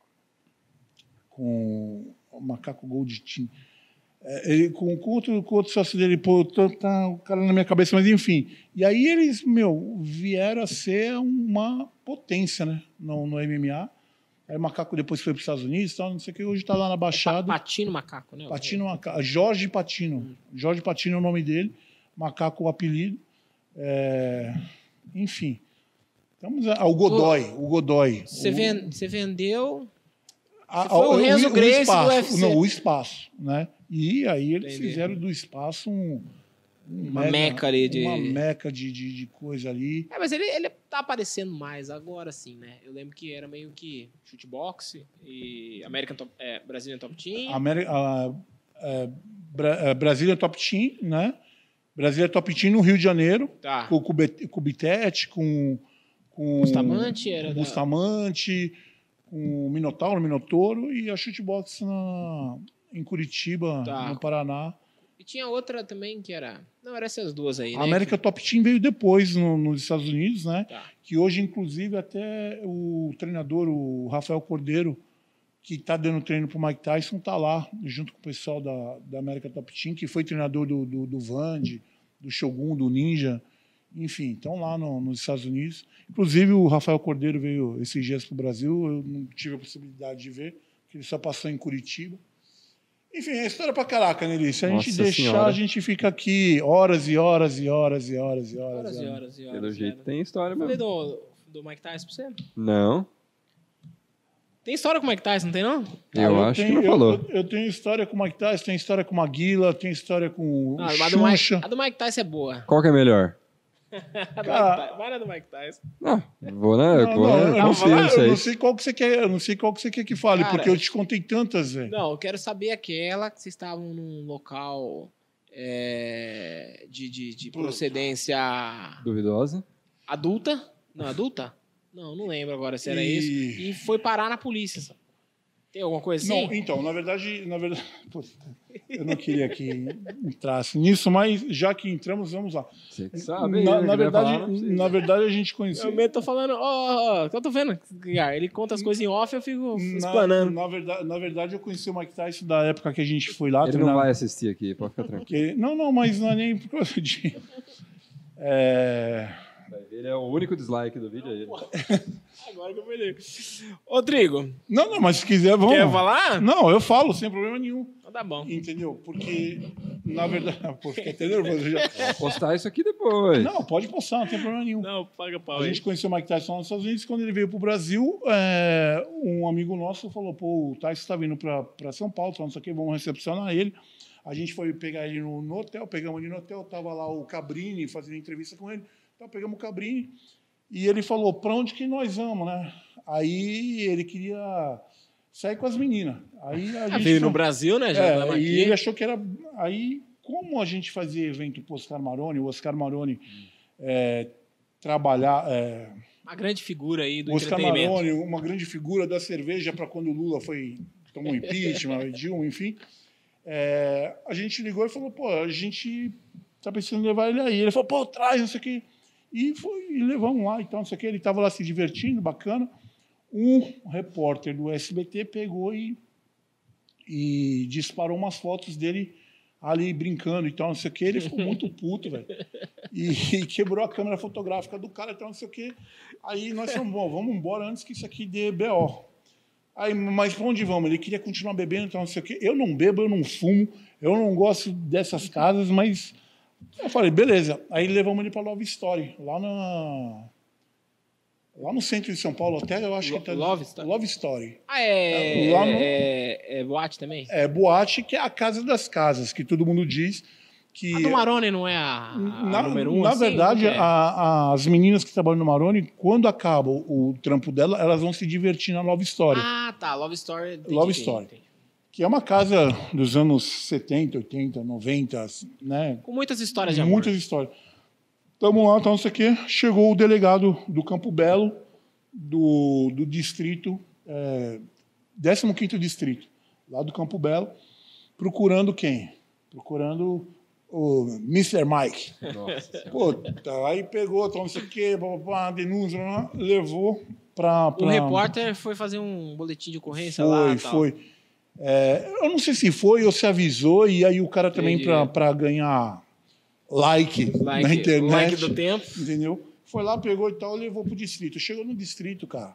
com o Macaco Gold Team. É, ele, com, com, outro, com outro sócio dele, pô, tá, tá o cara na minha cabeça, mas enfim. E aí eles, meu, vieram a ser uma potência, né, no, no M M A. Aí o Macaco depois foi para os Estados Unidos, tal, não sei o que, hoje está lá na Baixada. Patino Macaco, né? Patino Macaco. Jorge Patino. Jorge Patino é o nome dele, Macaco o apelido. É, enfim. Estamos, ah, o Godoy. O Godoy. Você, o, vend, você vendeu... A, foi o Renzo o, Gracie o espaço, do U F C. Não, o espaço, né? E aí eles Entendi. fizeram do espaço um, um Uma mega, meca ali de... uma meca de, de, de coisa ali. É, mas ele, ele tá aparecendo mais agora, sim, né? Eu lembro que era meio que shootbox e American Top, é, Brazilian Top Team. América, a, a, Bra, a Brasília Top Team, né? Brasília Top Team no Rio de Janeiro, Tá. com o Kubitete, com com Bustamante era com da- Bustamante, com o Minotauro, Minotouro, e a Shootbox na, em Curitiba, Tá. no Paraná. E tinha outra também que era... Não, eram essas duas aí, A né? América Top Team veio depois no, nos Estados Unidos, né? Tá. Que hoje, inclusive, até o treinador, o Rafael Cordeiro, que está dando treino para o Mike Tyson, está lá, junto com o pessoal da, da América Top Team, que foi treinador do, do, do Vande, do Shogun, do Ninja, enfim, estão lá no, nos Estados Unidos. Inclusive, o Rafael Cordeiro veio esses dias para o Brasil, eu não tive a possibilidade de ver, porque ele só passou em Curitiba. Enfim, é história pra caraca, Nelly. Se a Nossa gente deixar, Senhora. a gente fica aqui horas e horas e horas e horas e horas. Horas e e horas. horas e horas. Pelo e jeito horas. tem história Eu falei mesmo. do, do Mike Tyson pra você? Não, Tem história com o Mike Tyson, não tem não? eu Ah, acho tenho- que não eu- falou. Eu, eu tenho história com o Mike Tyson, tenho história com o Maguila, tenho história com o Não, a, do Mike, Xuxa. a do Mike Tyson é boa. Qual que é melhor? A do Cara- Mike Tyson. Vai na do Mike Tyson. Não, vou na, Não, vou não, na, eu, não confio sei, nisso eu aí. não sei qual que você quer, eu não sei qual que você quer que fale, Cara, porque eu te contei tantas, velho. Não, eu quero saber aquela que vocês estavam num local é, de, de, de Puta. procedência Duvidosa. adulta. Não, adulta? Não, não lembro agora se era E- isso. E foi parar na polícia. sabe? Tem alguma coisa assim? Não, então, na verdade, na verdade, puta, eu não queria que entrasse nisso, mas já que entramos, vamos lá. Você que sabe. na, ele na vai verdade, falar, não precisa. na verdade a gente conheceu. Eu mesmo tô falando, ó, ó, ó, eu tô vendo, cara, ele conta as coisas em off, eu fico Na, explanando. na, verdade, na verdade, eu conheci o Mike Tyson da época que a gente foi lá. Ele não treinar- vai assistir aqui, pode ficar tranquilo. que- Não, não, mas não é nem por causa de. É, Ele é o único dislike do vídeo. É ele. Agora que eu perdi. Ô, Trigo, Não, não, mas se quiser, vamos. quer falar? Não, eu falo, sem problema nenhum. Então tá bom. Entendeu? Porque, na verdade. Pô, fiquei até nervoso já. Vou postar isso aqui depois. Não, pode postar, não tem problema nenhum. Não, paga pau A aí. gente conheceu o Mike Tyson lá nos Estados Unidos. Quando ele veio para o Brasil, é, um amigo nosso falou: pô, o Tyson está vindo para São Paulo, não sei o que, vamos recepcionar ele. A gente foi pegar ele no, no hotel, pegamos ele no hotel, tava lá o Cabrini fazendo entrevista com ele. Então pegamos o Cabrini e ele falou: para onde que nós vamos, né? Aí ele queria sair com as meninas. Aí a Ah, gente veio foi- no Brasil, né? Já é, tava e aqui. ele achou que era. Aí, como a gente fazia evento para o Oscar Maroni, o Oscar Maroni é, trabalhar. É, Uma grande figura aí do o Oscar entretenimento. Maroni, uma grande figura da cerveja para quando o Lula foi tomou impeachment, Dilma, enfim. É, a gente ligou e falou: pô, a gente tá pensando em levar ele aí. Ele falou: pô, traz, não sei o quê. E, foi, e levamos lá, então, não sei o quê. Ele estava lá se divertindo, bacana. Um repórter do S B T pegou e, e disparou umas fotos dele ali brincando e tal, não sei o quê. Ele ficou muito puto, velho. E, e quebrou a câmera fotográfica do cara e tal, não sei o quê. Aí nós falamos: bom, vamos embora antes que isso aqui dê B O. Aí, mas para onde vamos? Ele queria continuar bebendo, então não sei o quê. Eu não bebo, eu não fumo, eu não gosto dessas casas, mas Eu falei, beleza. Aí levamos ele pra Love Story, lá na... Lá no centro de São Paulo, até eu acho Lo- que tá... Love Story? Love Story. Ah, é, É, lá no- é, é boate também? É, boate, que é a casa das casas, que todo mundo diz que... A do Maroni não é a, a Na, número um? na assim? verdade, Como que é? a- a- as meninas que trabalham no Maroni, quando acaba o, o trampo dela, elas vão se divertir na Love Story. Ah, tá. Love Story. entendi, Love entendi, Story. entendi. Que é uma casa dos anos setenta, oitenta, noventa, né? Com muitas histórias de amor. Muitas histórias. Tamo lá, então, não sei o quê. Chegou o delegado do Campo Belo, do, do distrito, é, décimo quinto distrito, lá do Campo Belo, procurando quem? Procurando o mister Mike. Nossa. Pô, tá, aí pegou, então, não sei o quê, blá, blá, blá, denúncia, blá, blá, levou para... O repórter foi fazer um boletim de ocorrência Foi, lá. Tal. foi. É, eu não sei se foi ou se avisou, e aí o cara também, Entendi. para ganhar like, Like, na internet, like do tempo. entendeu? Foi lá, pegou e tal, levou pro distrito. Chegou no distrito, cara.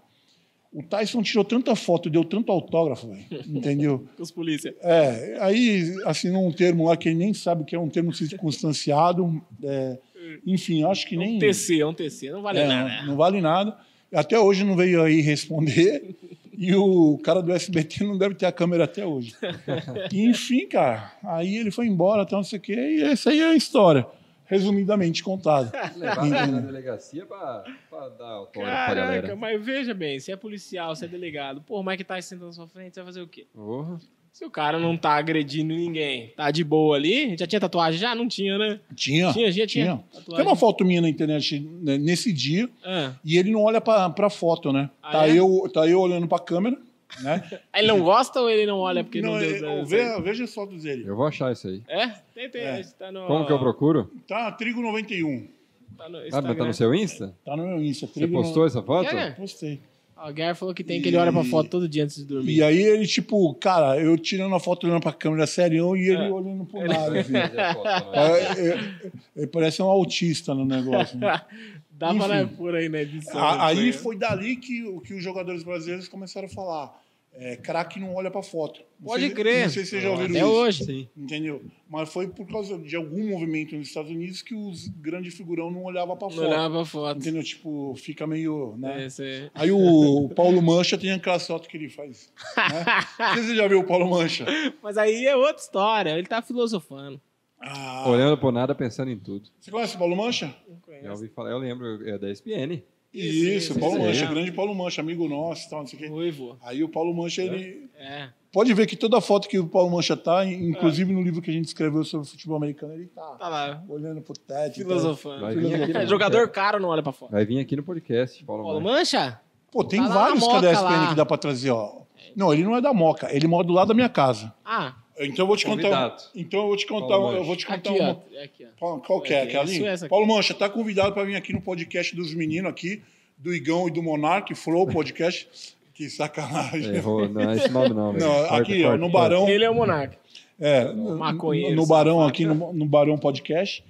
O Tyson tirou tanta foto, deu tanto autógrafo, velho, entendeu? Com os polícia. É, aí assinou um termo lá que ele nem sabe o que é um termo circunstanciado. É, enfim, acho que É nem. um T C, é um T C. Não vale É, nada. não vale nada. Até hoje não veio aí responder. E o cara do S B T não deve ter a câmera até hoje. E, enfim, cara, aí ele foi embora, então não sei o quê, e essa aí é a história, resumidamente contada. Levar ele na delegacia pra, pra dar autógrafo pra Caraca, galera. mas veja bem, se é policial, se é delegado, pô, o Mike Tyson sentando na sua frente, você vai fazer o quê? Porra. Se o cara não tá agredindo ninguém, tá de boa ali, já tinha tatuagem? Já? Não tinha, né? Tinha, Tinha, já tinha. tinha. Tatuagem. Tem uma foto minha na internet, né, nesse dia, Ah. e ele não olha pra, pra foto, né? Ah, tá, é? eu, tá eu olhando pra câmera, né? Ele não gosta ou ele não olha porque não, não, deu é, certo? ve- veja as fotos dele. Eu vou achar isso aí. É? Tem, tem. É. Está no, Como que eu procuro? Tá, Trigo noventa e um. Tá no Ah, Instagram. mas tá no seu Insta? Tá no meu Insta. Você Trigo postou essa foto? É, né? No... Postei. Ó, o Guerra falou que tem, que ele olha pra foto todo dia antes de dormir. E aí ele, tipo, cara, eu tirando a foto olhando pra câmera serião e ele É. olhando pro nada, assim. Fazer a foto, né? É, é, ele parece um autista no negócio. Né? Dá pra Enfim. pôr aí na edição. A- aí depois. foi dali que, o- que os jogadores brasileiros começaram a falar. É, craque não olha pra foto. Não Pode sei- crer. Não sei se vocês já ouviram Até isso. hoje. Sim. Entendeu? Mas foi por causa de algum movimento nos Estados Unidos que os grandes figurão não olhavam pra Não foto. olhava pra foto. Entendeu? Tipo, fica meio. Né? Esse é- Aí o Paulo Mancha tem aquela foto que ele faz. Né? Não sei se você já viu o Paulo Mancha. Mas aí é outra história. Ele tá filosofando. Ah, Olhando por nada, pensando em tudo. você conhece o Paulo Mancha? Não conheço. Já ouvi falar, eu lembro, é da E S P N. Isso, Isso, Paulo isso, Mancha, é. grande Paulo Mancha, amigo nosso e tal, não sei o quê. Ruivo. Aí o Paulo Mancha, ele. É. Pode ver que toda foto que o Paulo Mancha tá, inclusive no livro que a gente escreveu sobre futebol americano, ele tá, Tá lá. olhando pro teto. e tal. Filosofando. Vai vir aqui É, no jogador caro não olha pra foto. Vai vir aqui no podcast, Paulo, Paulo Mancha. Mancha? Pô, tem Tá lá vários na que é da Moca S P N lá. que dá pra trazer, ó. Não, ele não é da Moca, ele mora do lado da minha casa. Ah, Então eu vou te contar. Convidado. Então eu vou te contar, Paulo eu Mancha. vou te contar aqui, uma. ó. É aqui, ó. Qual, qual que é? É, Aquela isso, ali? essa aqui. Paulo Mancha, tá convidado para vir aqui no podcast dos meninos aqui, do Igão e do Monark, Flow Podcast. Que sacanagem. Errou, não é esse nome não. velho. Não, Corta, aqui, ó, corta, no corta. Barão. Ele é o Monark. É, no, Maconheiro, no Barão, safado. aqui no, no Barão Podcast,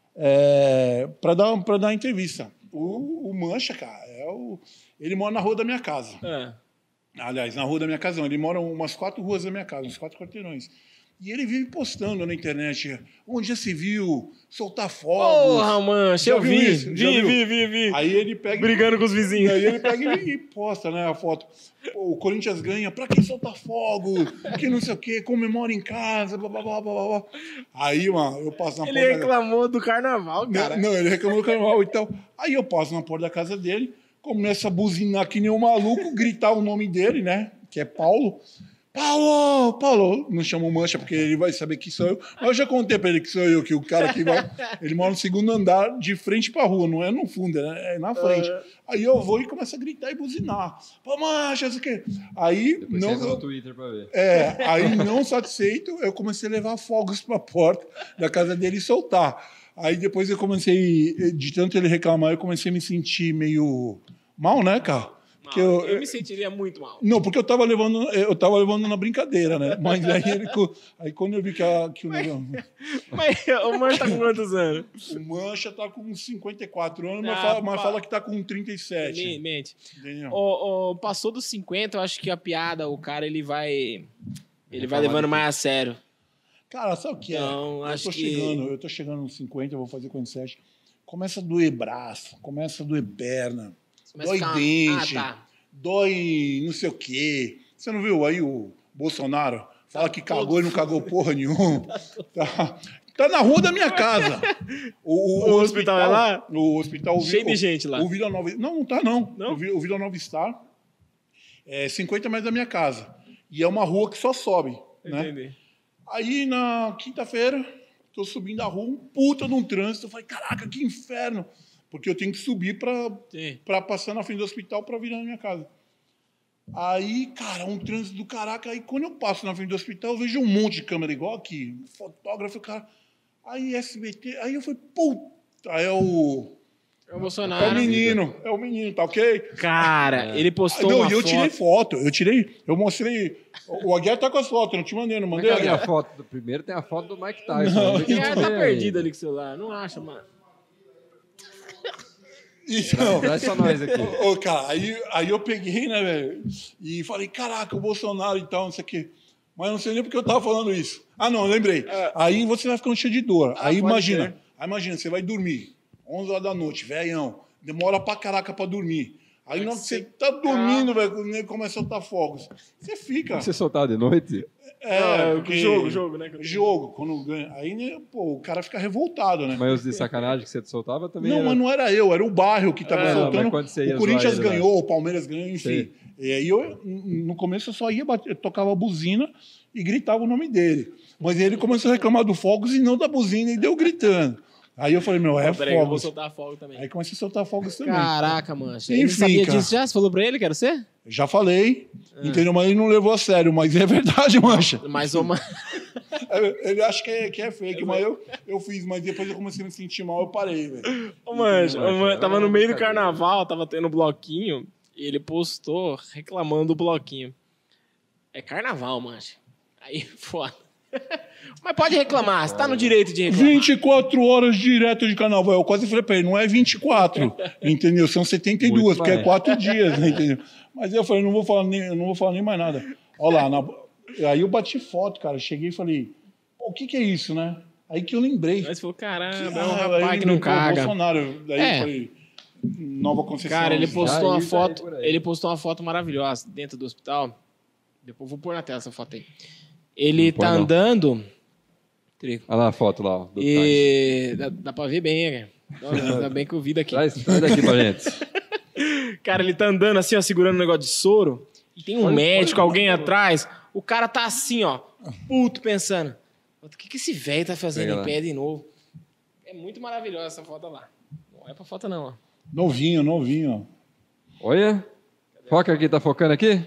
é, para dar, pra dar entrevista. O, o Mancha, cara, é o, ele mora na rua da minha casa. É. Aliás, na rua da minha casa, não. Ele mora umas quatro ruas da minha casa, uns quatro quarteirões. E ele vive postando na internet, onde já se viu soltar fogos. Porra, Mancha, eu viu vi. isso? Já Vi, viu? vi, vi, vi. Aí ele pega... Brigando com os E vizinhos. aí ele pega e e posta, né, a foto. Pô, o Corinthians ganha, pra quem soltar fogo, que não sei o quê, comemora em casa, blá, blá, blá, blá, blá. Aí, mano, eu passo na Ele porta... reclamou do carnaval, cara. Não, não, ele reclamou do carnaval e tal. Aí eu passo na porta da casa dele, começo a buzinar que nem um maluco, gritar o nome dele, né, que é Paulo. Paulo, Paulo, não chama o Mancha porque ele vai saber que sou eu. Mas eu já contei pra ele que sou eu, que o cara que vai. Ele mora no segundo andar, de frente pra rua, não é no fundo, é na frente. É. Aí eu vou e começo a gritar e buzinar. Pô, Mancha, isso aqui. Aí, Depois você entra no não, Twitter pra ver. é, aí não satisfeito, eu comecei a levar fogos pra porta da casa dele e soltar. Aí depois eu comecei, de tanto ele reclamar, eu comecei a me sentir meio mal, né, cara? Porque Não, eu, eu me sentiria muito mal. não, porque eu tava levando, eu tava levando na brincadeira, né? Mas aí, ele, aí quando eu vi que, a, que o, negócio- Mas o Mancha tá com quantos anos? o Mancha tá com uns cinquenta e quatro anos, mas, Ah, fala, mas pá. fala que tá com trinta e sete. Me- Mente. Entendeu? O, o- passou dos cinquenta, eu acho que a piada, o cara, ele vai. Ele vai Reclamar levando de mais a sério. Cara, sabe o que é? Não, eu acho tô que- chegando, eu tô chegando nos cinquenta, eu vou fazer quarenta e sete. Começa a doer braço, começa a doer perna, Mas dói calma. dente, Ah, tá. dói não sei o quê. Você não viu aí o Bolsonaro? Fala Tá que todo cagou e não cagou porra nenhuma. Tá, tá na rua da minha casa. O, O hospital é lá? O hospital... o Vi- Cheio de o- gente lá. O Vila Nova... Não, não tá não. Não? O Vi- O Vila Nova Star é cinquenta metros da minha casa. E é uma rua que só sobe, né? Entendi. Aí, na quinta-feira, tô subindo a rua, um puta de um trânsito. Eu falei, caraca, que inferno. Porque eu tenho que subir pra, Sim. pra passar na frente do hospital pra virar na minha casa. Aí, cara, um trânsito do caraca. Aí, quando eu passo na frente do hospital, eu vejo um monte de câmera igual aqui. Fotógrafo, cara. Aí, S B T. Aí eu falei, puta, é o... É o É Bolsonaro. o menino, é o menino, tá ok? Cara, ele postou Não, uma e eu foto. tirei foto, eu tirei, eu mostrei. O Aguiar tá com as fotos, eu não te mandei, não Mas mandei? cadê a Aguiar? foto do primeiro? Tem a foto do Mike Tyson. Não, ainda que O não cara tem tá aí. perdido ali com o celular. Não acha, mano. Então, Traz só nós aqui. ô, cara, aí, aí eu peguei, né, velho? E falei, caraca, o Bolsonaro e tal, não sei o quê. Mas eu não sei nem porque eu tava falando isso. Ah, não, lembrei. Aí você vai ficando cheio de dor. Ah, aí pode imagina, ser. aí imagina, você vai dormir, onze horas da noite, velhão, demora pra caraca pra dormir. Aí na hora que você tá dormindo, velho, quando o nego começa a soltar fogos. Você fica. Você soltar de noite? É, Não, é o porque- jogo, jogo, né? Jogo, quando ganha. Aí, né, pô, o cara fica revoltado, né? Mas os de sacanagem que você soltava também Não, era... mas não era eu, era o bairro que tava É, não, soltando. mas quando você ia O Corinthians zoar ele lá. ganhou, o Palmeiras ganhou, enfim. Sei. E aí eu, no começo, eu só ia bater, eu tocava a buzina e gritava o nome dele. Mas ele começou a reclamar do Fogos e não da buzina e deu gritando. Aí eu falei, meu, é Peraí, eu vou Fogos. soltar fogo também. Aí comecei a soltar Fogos também. Caraca, mancha. Ele Enfim, sabia cara. disso já? Você falou pra ele que era você? Já falei, Ah. entendeu? Mas ele não levou a sério, mas é verdade, mancha. Mais uma. Ele acha que é, que é fake, mas eu, eu fiz, mas depois eu comecei a me sentir mal, eu parei, velho. Ô, mancha, Mancha, ô, man- é tava no meio do brincadeira. carnaval, tava tendo bloquinho, e ele postou reclamando do bloquinho. É carnaval, mancha. Aí, foda. Mas pode reclamar, você tá no direito de reclamar. vinte e quatro horas direto de carnaval. Eu quase falei pra ele, não é vinte e quatro, entendeu? São setenta e duas, Muito porque é mais. quatro dias, né, entendeu? Mas eu falei, não vou falar nem, eu não vou falar nem mais nada. Olha lá, na- aí eu bati foto, cara. Cheguei e falei, pô, o que que é isso, né? Aí que eu lembrei. Aí você falou, caramba, Que- é um ah, aí eu rapaz que não lembrei, pô, caga. Bolsonaro. Daí É. eu falei, Nova Conceição. Cara, ele já- postou uma isso aí foto, por aí. ele postou uma foto maravilhosa dentro do hospital. Depois eu vou pôr na tela essa foto aí. Ele Não põe, tá não. andando. Trigo. Olha lá a foto lá, ó, do Tyson. E dá, dá pra ver bem, né? cara? Ainda bem que eu vi daqui. Traz, traz daqui pra gente. Cara, ele tá andando assim, ó, segurando um negócio de soro. E tem um Olha, médico, olha, alguém atrás. O cara tá assim, ó, puto, pensando. O que, que esse velho tá fazendo Pega em lá. pé de novo? É muito maravilhosa essa foto lá. Não é pra foto, não, ó. Novinho, novinho. Olha. Foca aqui, tá focando aqui?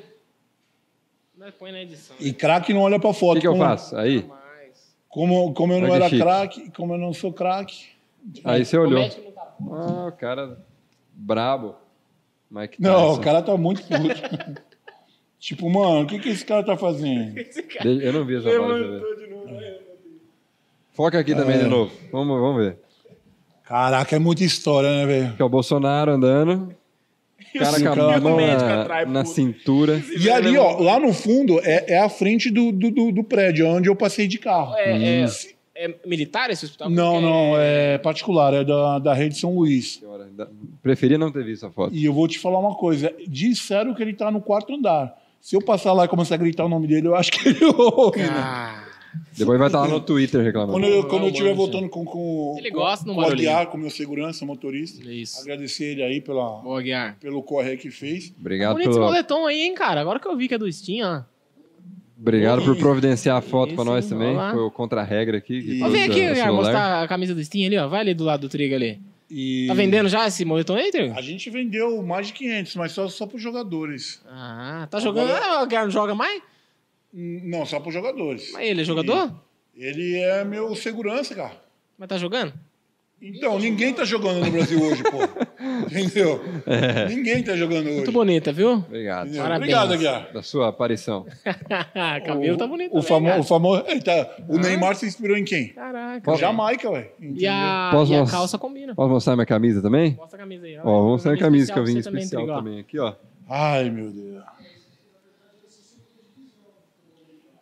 Mas põe na edição. E craque não olha pra O foto. que, que eu como, faço? Aí? Mas... Como, como eu não Olha que era chique. craque, como eu não sou craque. Aí você O olhou. médico não tá... Ah, o cara brabo. Mike Não, Tyson. o cara tá muito puto. Tipo, mano, o que, que esse cara tá fazendo? Esse cara De- Eu não vi essa bola. deixa eu ver. levantou de novo. né? Foca aqui também É. de novo. Vamos, vamos ver. Caraca, é muita história, né, velho? Aqui é o Bolsonaro andando. O cara Sim, com a cara. mão O médico na, atrás, na puto. cintura. E ali, ó, lá no fundo, é, é a frente do, do, do- do prédio, onde eu passei de carro. É, é, é militar esse hospital? Não, Porque não, é particular, é da, da rede São Luís. Senhora, ainda- Preferia não ter visto a foto. E eu vou te falar uma coisa: disseram que ele tá no quarto andar. Se eu passar lá e começar a gritar o nome dele, eu acho que ele ouve, né? Ah, Depois vai estar lá no Twitter reclamando. Quando eu, quando eu Não, estiver mano, voltando com, com, Ele com, gosta no com o barulhinho. Aguiar, com o meu segurança, motorista, isso. agradecer ele aí pela, Boa, Guiar. pelo corre que fez. Obrigado, Bonito esse pelo, moletom aí, hein, cara? Agora que eu vi que é do Steam, ó. obrigado por providenciar a foto pra Isso, nós também. vamos lá. Foi o contra-regra aqui. Que E- Ó, trouxe vem aqui, o Guiar, celular. mostrar a camisa do Steam ali, ó. Vai ali do lado do Trigo ali. E Tá vendendo já esse moletom aí, Trigo? A gente vendeu mais de quinhentos, mas só, só para os jogadores. Ah, tá jogando. Agora- Ah, o Guiar não joga mais? Hum, Não, só para os jogadores. Mas ele é jogador? Ele é meu segurança, cara. Mas tá jogando? Então, ninguém tá jogando no Brasil hoje, pô. Entendeu? Ninguém tá jogando hoje. Muito bonita, viu? Obrigado. Entendeu? Parabéns. Obrigado, Aguiar. Da sua aparição. O cabelo tá bonito O, também, famo, cara. o famoso. Eita, o Ah. Neymar se inspirou em quem? Caraca. Posso- Jamaica, ué. E a, Posso e a mostrar? calça combina. Posso mostrar minha camisa também? Mostra a camisa aí. Ó, vamos mostrar a camisa que eu vim em especial também, aqui, ó. Ai, meu Deus.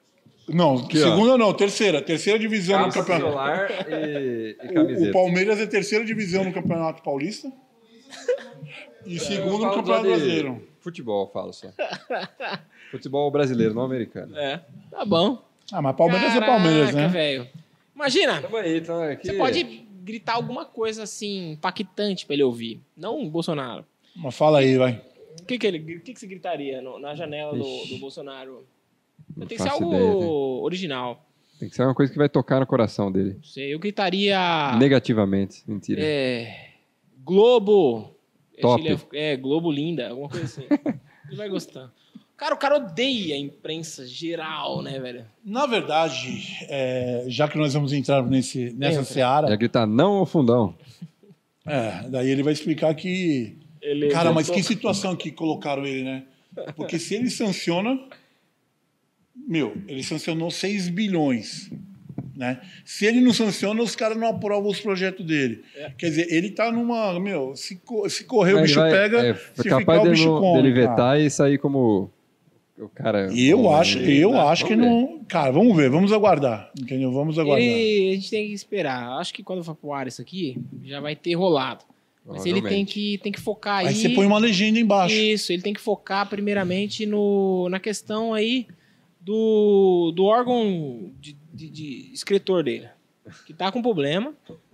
Não, Aqui, ó. segunda não, terceira. Terceira divisão Calça no campeonato. solar e, e O, camiseta. o Palmeiras é terceira divisão no Campeonato Paulista. E Eu segundo no falo Campeonato só de Brasileiro. Futebol, falo só. Futebol brasileiro, não americano. É, tá bom. Ah, mas Palmeiras é Palmeiras, né? velho. Imagina, Tamo aí, tamo aqui. você pode gritar alguma coisa assim, impactante pra ele ouvir. Não o Bolsonaro. Mas fala aí, vai. O que que, ele, o que, que você gritaria no- na janela do, Ixi. do Bolsonaro? Não Tem que ser faço algo ideia, velho. original. Tem que ser uma coisa que vai tocar no coração dele. Não sei, eu gritaria... Negativamente. Mentira. É, Globo. Top. Chile É, é, Globo linda, alguma coisa assim. Ele vai gostar. Cara, o cara odeia a imprensa geral, né, velho? Na verdade, é, já que nós vamos entrar nesse, nessa Entra. seara, Ia gritar não ao fundão. é, daí ele vai explicar que. Ele Cara, mas botou- que situação que colocaram ele, né? Porque se ele sanciona. Meu, ele sancionou seis bilhões. Né? Se ele não sanciona, os caras não aprovam os projetos dele. É. Quer dizer, ele tá numa. Meu, se, co- se correr o Ele bicho vai- pega, é, se capaz ficar o dele, bicho não- come. dele cara. vetar e sair como o cara. E eu como acho, ele- eu né? acho que Vamos ver. não. Cara, vamos ver, vamos aguardar. Entendeu? Vamos aguardar. Ele, a gente tem que esperar. Acho que quando for pro ar isso aqui, já vai ter rolado. Mas ele tem Provavelmente. que, tem que focar aí. Aí você põe uma legenda embaixo. Isso, ele tem que focar primeiramente no, na questão aí do, do órgão de, de, de escritor dele. Que tá com problema.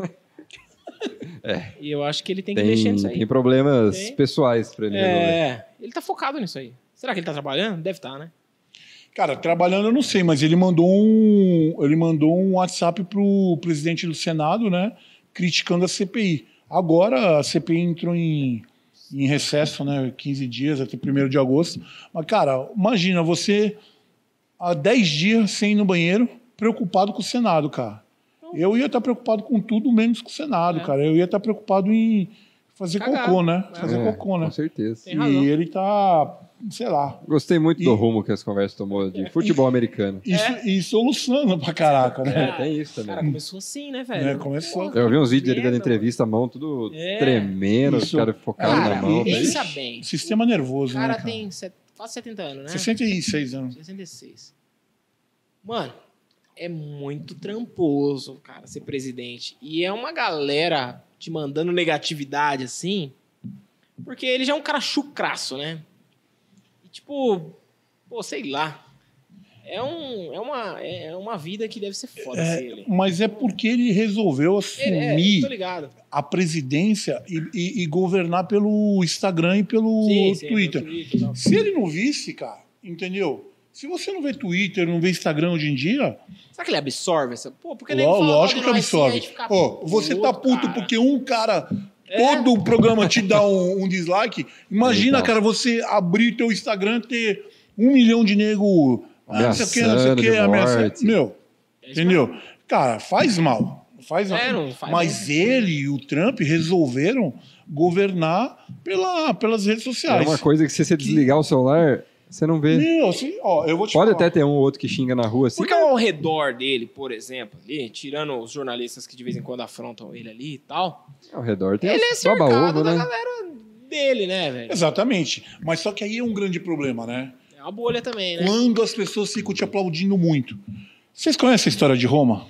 É. E eu acho que ele tem que mexer Tem, nisso aí. tem problemas Tem. pessoais pra ele resolver. É, ele tá focado nisso aí. Será que ele tá trabalhando? Deve estar, né? Cara, trabalhando eu não sei, mas ele mandou um, ele mandou um WhatsApp pro presidente do Senado, né, criticando a C P I. Agora a C P I entrou em, em recesso, né, quinze dias até primeiro de agosto. Mas cara, imagina você há dez dias sem ir no banheiro, preocupado com o Senado, cara. Eu ia estar preocupado com tudo menos com o Senado, É. cara. Eu ia estar preocupado em fazer Cagar. cocô, né? É. Fazer É, cocô, né? Com certeza. Tem razão. E ele tá, sei lá, Gostei muito E- do rumo que essa conversa tomou de futebol americano. isso, e soluçando pra caraca, né? É, tem isso Cara, também. começou assim, né, velho? É, começou. Porra, Eu vi uns vídeos dele merda, dando entrevista, a mão tudo É. tremendo, os Isso. caras focados Cara, na mão. e- velho. Pensa bem. Sistema nervoso, O cara né, cara? tem set- quase setenta anos, né? sessenta e seis anos. sessenta e seis. Mano, é muito tramposo, cara, ser presidente. E é uma galera te mandando negatividade, assim, porque ele já é um cara chucraço, né? E, tipo, pô, sei lá. É, um, é, uma, é uma vida que deve ser foda ser ele. Mas é porque ele resolveu Ele é, assumir tô ligado. a presidência e, e- e governar pelo Instagram e pelo Sim, sim, Twitter. pelo Twitter e tal. Se ele não visse, cara, entendeu? Se você não vê Twitter, não vê Instagram hoje em dia, Será que ele absorve essa? Pô, porque ló- nego fala mal lógico de que nós assim, absorve. a gente fica Ó, você tá puto cara. porque um cara, É. todo o programa te dá um, um dislike. Imagina, Então. cara, você abrir teu Instagram ter um milhão de nego. Ah, não sei o que, não sei o que, Ameaçando de ameaçando. morte. Meu, É isso entendeu? Cara, faz mal. Faz mal. É, não faz Mas mal. ele e o Trump resolveram governar pela, pelas redes É sociais. uma coisa que se você desligar o celular, você não vê. Meu, assim, ó, eu vou te Pode falar. até ter um ou outro que xinga na rua assim. Porque ao redor dele, por exemplo, ali, tirando os jornalistas que de vez em quando afrontam ele ali e tal, Ao redor tem ele é os cercado baba-ovo, da né? galera dele, né, velho? Exatamente. Mas só que aí é um grande problema, né? É uma bolha também, né? Quando as pessoas ficam te aplaudindo muito. Vocês conhecem a história de Roma?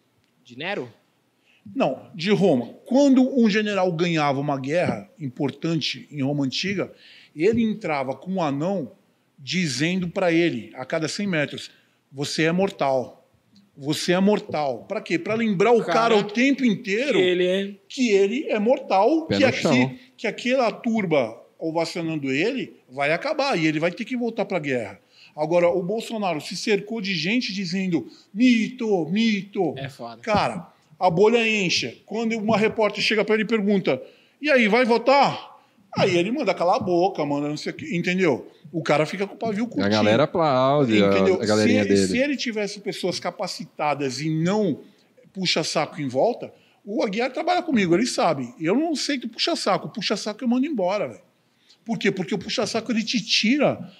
De Nero? Não, de Roma. Quando um general ganhava uma guerra importante em Roma Antiga, ele entrava com um anão dizendo para ele, a cada cem metros, você é mortal. Você é mortal. Para quê? Para lembrar o cara, Cara, o tempo inteiro Ele é... que ele é mortal, Pé que, no aqui, chão. que aquela turba ovacionando ele vai acabar e ele vai ter que voltar para a guerra. Agora, o Bolsonaro se cercou de gente dizendo mito, mito. É foda. Cara, a bolha enche. Quando uma repórter chega para ele e pergunta, e aí, vai votar? Aí ele manda calar a boca, manda não sei o quê, entendeu? O cara fica com o pavio curtinho. A galera aplaude, a, Entendeu? a galerinha se, dele. se ele tivesse pessoas capacitadas e não puxa-saco em volta, o Aguiar trabalha comigo, ele sabe. Eu não sei do puxa-saco. Puxa-saco eu mando embora, velho. Por quê? Porque o puxa-saco ele te tira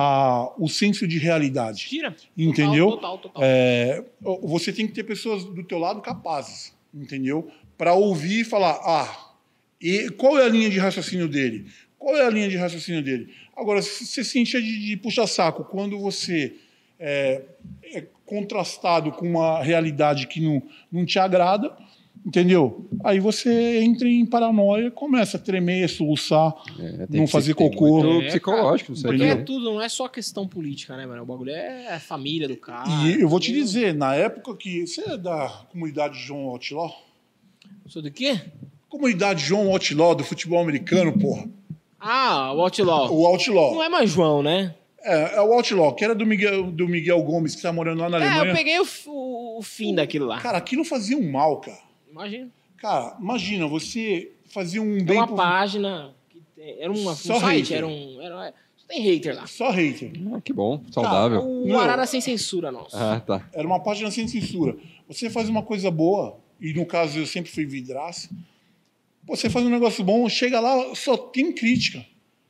a, o senso de realidade. Tira. Entendeu? Total, total, total. É, você tem que ter pessoas do teu lado capazes, entendeu? Para ouvir e falar, ah, e qual é a linha de raciocínio dele? Qual é a linha de raciocínio dele? Agora, se você se enche de, de puxa-saco quando você é, é contrastado com uma realidade que não, não te agrada, entendeu? Aí você entra em paranoia, começa a tremer, soluçar, É, tem não que fazer ser- tem cocô. muito É, psicológico, não sei Porque é né? tudo, não é só questão política, né, mano? O bagulho é a família do cara. E eu vou te entendeu? dizer, na época que... Você é da comunidade João Outlaw? Sou do quê? Comunidade João Outlaw do futebol americano, porra. Ah, o Outlaw. O Outlaw. Não é mais João, né? É, é o Outlaw, que era do Miguel, do Miguel Gomes, que tá morando lá na É, Alemanha. eu peguei o, f- o- o fim daquilo lá. Cara, aquilo fazia um mal, cara. Imagina. Cara, imagina, você fazia um É bem... uma pro- página. Que tem- era uma, um Só site, hater. era um. Era, só tem hater lá. Só hater. Ah, que bom, saudável. O Não. Arara sem censura, nosso. Ah, tá. Era uma página sem censura. Você faz uma coisa boa, e no caso eu sempre fui vidraça, você faz um negócio bom, chega lá, só tem crítica.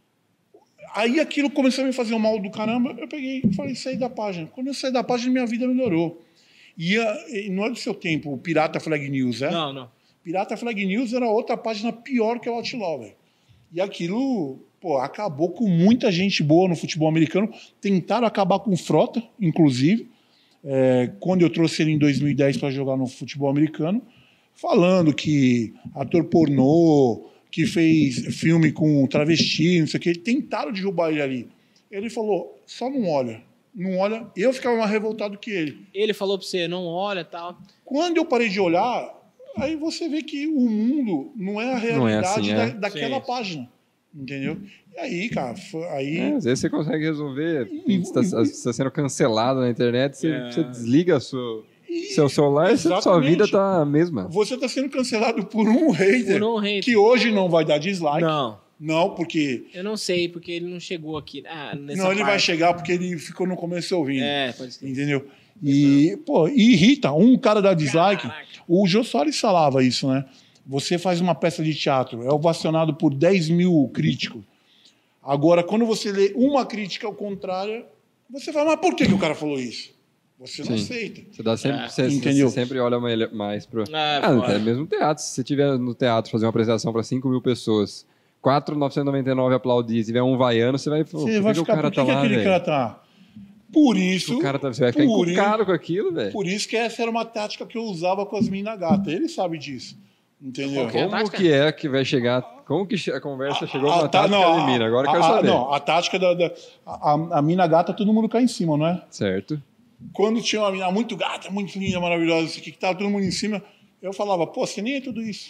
Aí aquilo começou a me fazer um mal do caramba, eu peguei e falei, saí da página. Quando eu saí da página, minha vida melhorou. E, a- e não é do seu tempo, o Pirata Flag News, é? Não, não. Pirata Flag News era outra página pior que o Outlaw, velho. E aquilo, pô, acabou com muita gente boa no futebol americano. Tentaram acabar com o Frota, inclusive, é, quando eu trouxe ele em dois mil e dez para jogar no futebol americano, falando que ator pornô, que fez filme com travesti, não sei o que, tentaram derrubar ele ali. Ele falou, só não olha. Não olha. Eu ficava mais revoltado que ele. Ele falou pra você, não olha e tal. Quando eu parei de olhar, aí você vê que o mundo não é a realidade Não é assim, da- é. daquela Sim. página. Entendeu? E aí, cara, foi- aí. É, às vezes você consegue resolver. E- Você está tá sendo cancelado na internet, você, É. você desliga a sua, e seu celular e sua Exatamente. vida tá a mesma. você está sendo cancelado por um hater Por um hater. que hoje não vai dar dislike. Não, Não, porque. eu não sei, porque ele não chegou aqui. Ah, nessa não, ele vai parte. chegar porque ele ficou no começo ouvindo. É, pode ser. Entendeu? E, pô, e irrita. Um cara dá dislike. Caraca. O Jô Soares falava isso, né? Você faz uma peça de teatro, é ovacionado por dez mil críticos. Agora, quando você lê uma crítica ao contrário, você fala, mas por que, que o cara falou isso? Você não Sim. aceita. Você, dá sempre, É, você, entendeu? você sempre olha mais- mais pro. Ah, Ah, foda. até mesmo no teatro. Se você tiver no teatro fazer uma apresentação para cinco mil pessoas, quatro mil novecentos e noventa e nove aplaudir, se tiver um vaiano, você vai. Pô, Você por vai que, que ficar, o cara por que, tá que lá, aquele velho? cara tá? Por isso, O cara tá, você vai ficar por encucado com aquilo, velho. por isso que essa era uma tática que eu usava com as minas gatas. Ele sabe disso. Entendeu? Qual que é? Como tática? que é que vai chegar? Como que che- a conversa chegou A- na a tá- tática não, de mina? Agora eu a- quero a- saber. Não, a tática da. da- a, a- a mina gata, todo mundo cai em cima, não é? Certo. Quando tinha uma mina muito gata, muito linda, maravilhosa, isso aqui, que tava todo mundo em cima, eu falava, pô, você nem é tudo isso.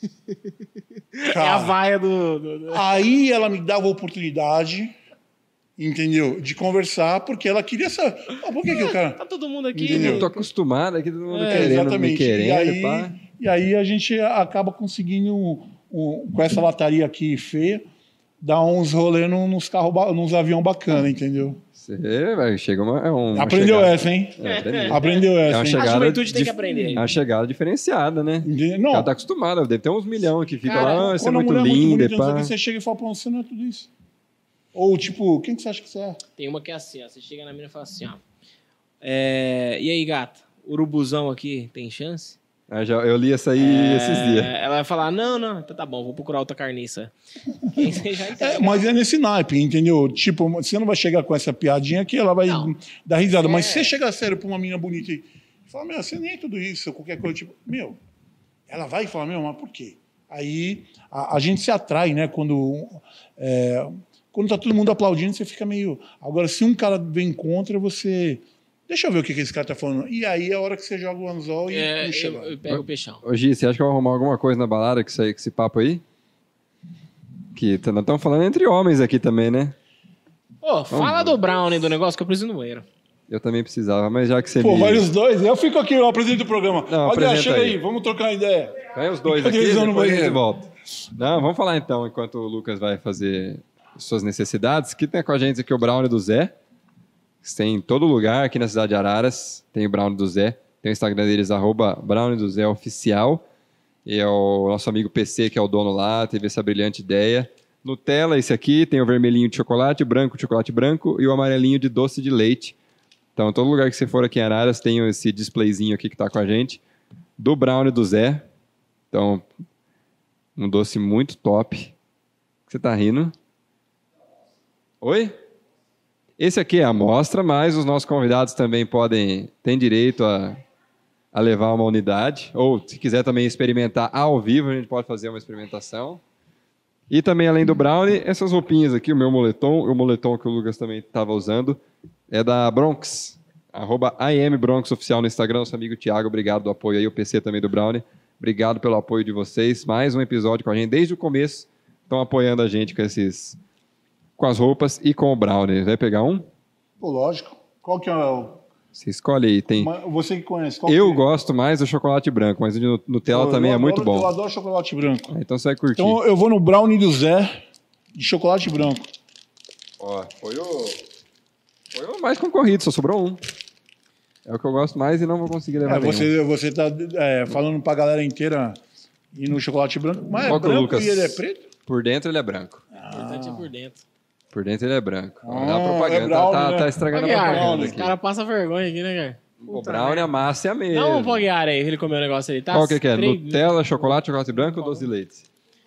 É a Cara, vaia do. do- do- aí ela me dava a oportunidade, entendeu? De conversar, porque ela queria saber. Ah, por que, que o cara. Tá todo mundo aqui. Entendeu? Eu tô acostumado aqui, todo mundo É, querendo, me exatamente. querendo, e, aí, pá. e aí a gente acaba conseguindo, um- um- com essa lataria aqui feia, dar uns rolê num- nos carros, ba- nos aviões bacana, entendeu? Você, vai, chega uma, é uma Aprendeu chegada. essa, hein? É, aprendi. Aprendeu É essa, uma hein? chegada A juventude tem dif- que aprender. É uma chegada diferenciada, né? Entendeu? O Não, cara tá acostumado, deve ter uns milhões que fica Cara, lá, ah, você é quando a muito mulher é muito linda, bonita, e não sei o pá. que, você chega e fala, pô, você não é tudo isso. Ou, tipo, quem que você acha que você é? Tem uma que é assim, ó. Você chega na mina e fala assim, ó. É, e aí, gata? Urubuzão aqui tem chance? Ah, já, eu li essa aí É, esses dias. Ela vai falar, não, não, então tá bom, vou procurar outra carniça. Aí você já entende. É, mas é nesse naipe, entendeu? Tipo, você não vai chegar com essa piadinha que ela vai Não. dar risada. Mas É. se você chegar sério pra uma menina bonita e falar, meu, você nem é tudo isso, qualquer coisa, tipo, meu, ela vai falar, meu, mas por quê? Aí a, a gente se atrai, né? Quando, é, quando tá todo mundo aplaudindo, você fica meio. Agora, se um cara vem contra, você. Deixa eu ver o que, que esse cara tá falando. E aí é a hora que você joga o anzol e É, puxa eu, lá. eu pego o peixão. Ô, Gi, você acha que eu vou arrumar alguma coisa na balada com, isso aí, com esse papo aí? Que t- nós estamos falando entre homens aqui também, né? Ô, fala do Brownie do negócio que eu preciso ir no banheiro. Eu também precisava, mas já que você Pô, me... vai os dois. Eu fico aqui, eu apresento o programa. Não, Olha, apresenta chega aí. aí. Vamos trocar uma ideia. Vai os dois Fica aqui, televisão no depois a gente banheiro. volta. Não, vamos falar então, enquanto o Lucas vai fazer suas necessidades. Que tem com a gente aqui o Brownie do Zé. Que tem em todo lugar aqui na cidade de Araras. Tem o Brownie do Zé. Tem o Instagram deles, arroba Brownie do Zé Oficial. E é o nosso amigo P C, que é o dono lá, teve essa brilhante ideia. Nutella, esse aqui, tem o vermelhinho de chocolate, o branco de chocolate branco e o amarelinho de doce de leite. Então, todo lugar que você for aqui em Araras, tem esse displayzinho aqui que tá com a gente. Do Brownie do Zé. Então, um doce muito top. Você tá rindo? Oi? Esse aqui é a amostra, mas os nossos convidados também podem, têm direito a, a levar uma unidade, ou se quiser também experimentar ao vivo, a gente pode fazer uma experimentação. E também, além do brownie, essas roupinhas aqui, o meu moletom, o moletom que o Lucas também estava usando, é da Bronx, arroba I M Bronx Oficial no Instagram, nosso amigo Thiago, obrigado do apoio aí, o P C também do brownie, obrigado pelo apoio de vocês, mais um episódio com a gente, desde o começo, estão apoiando a gente com esses, com as roupas e com o brownie. Vai pegar um? Pô, lógico. Qual que é o... Você escolhe aí, tem... Mas você que conhece. Qual Eu que... gosto mais do chocolate branco, mas o de Nutella eu, também eu é muito adoro, bom. Eu adoro chocolate branco. Ah, então você vai curtir. Então eu vou no brownie do Zé, de chocolate branco. Ó, foi o... Foi o mais concorrido, só sobrou um. É o que eu gosto mais e não vou conseguir levar É, nenhum. você, você tá é, falando pra galera inteira ir no chocolate branco, mas Qual é que é o branco Lucas? e ele é preto? Por dentro ele é branco. O importante é por dentro. Por dentro ele é branco. Olha Ah, a propaganda, é brownie, tá, né? tá estragando a Guiar, propaganda os aqui. caras passam vergonha aqui, né, cara? O brownie, a massa é a mesma. Dá um pro Guiar aí, ele comeu o negócio ali, tá? Qual que, que é? Três- Nutella, chocolate, chocolate branco ou doce de leite?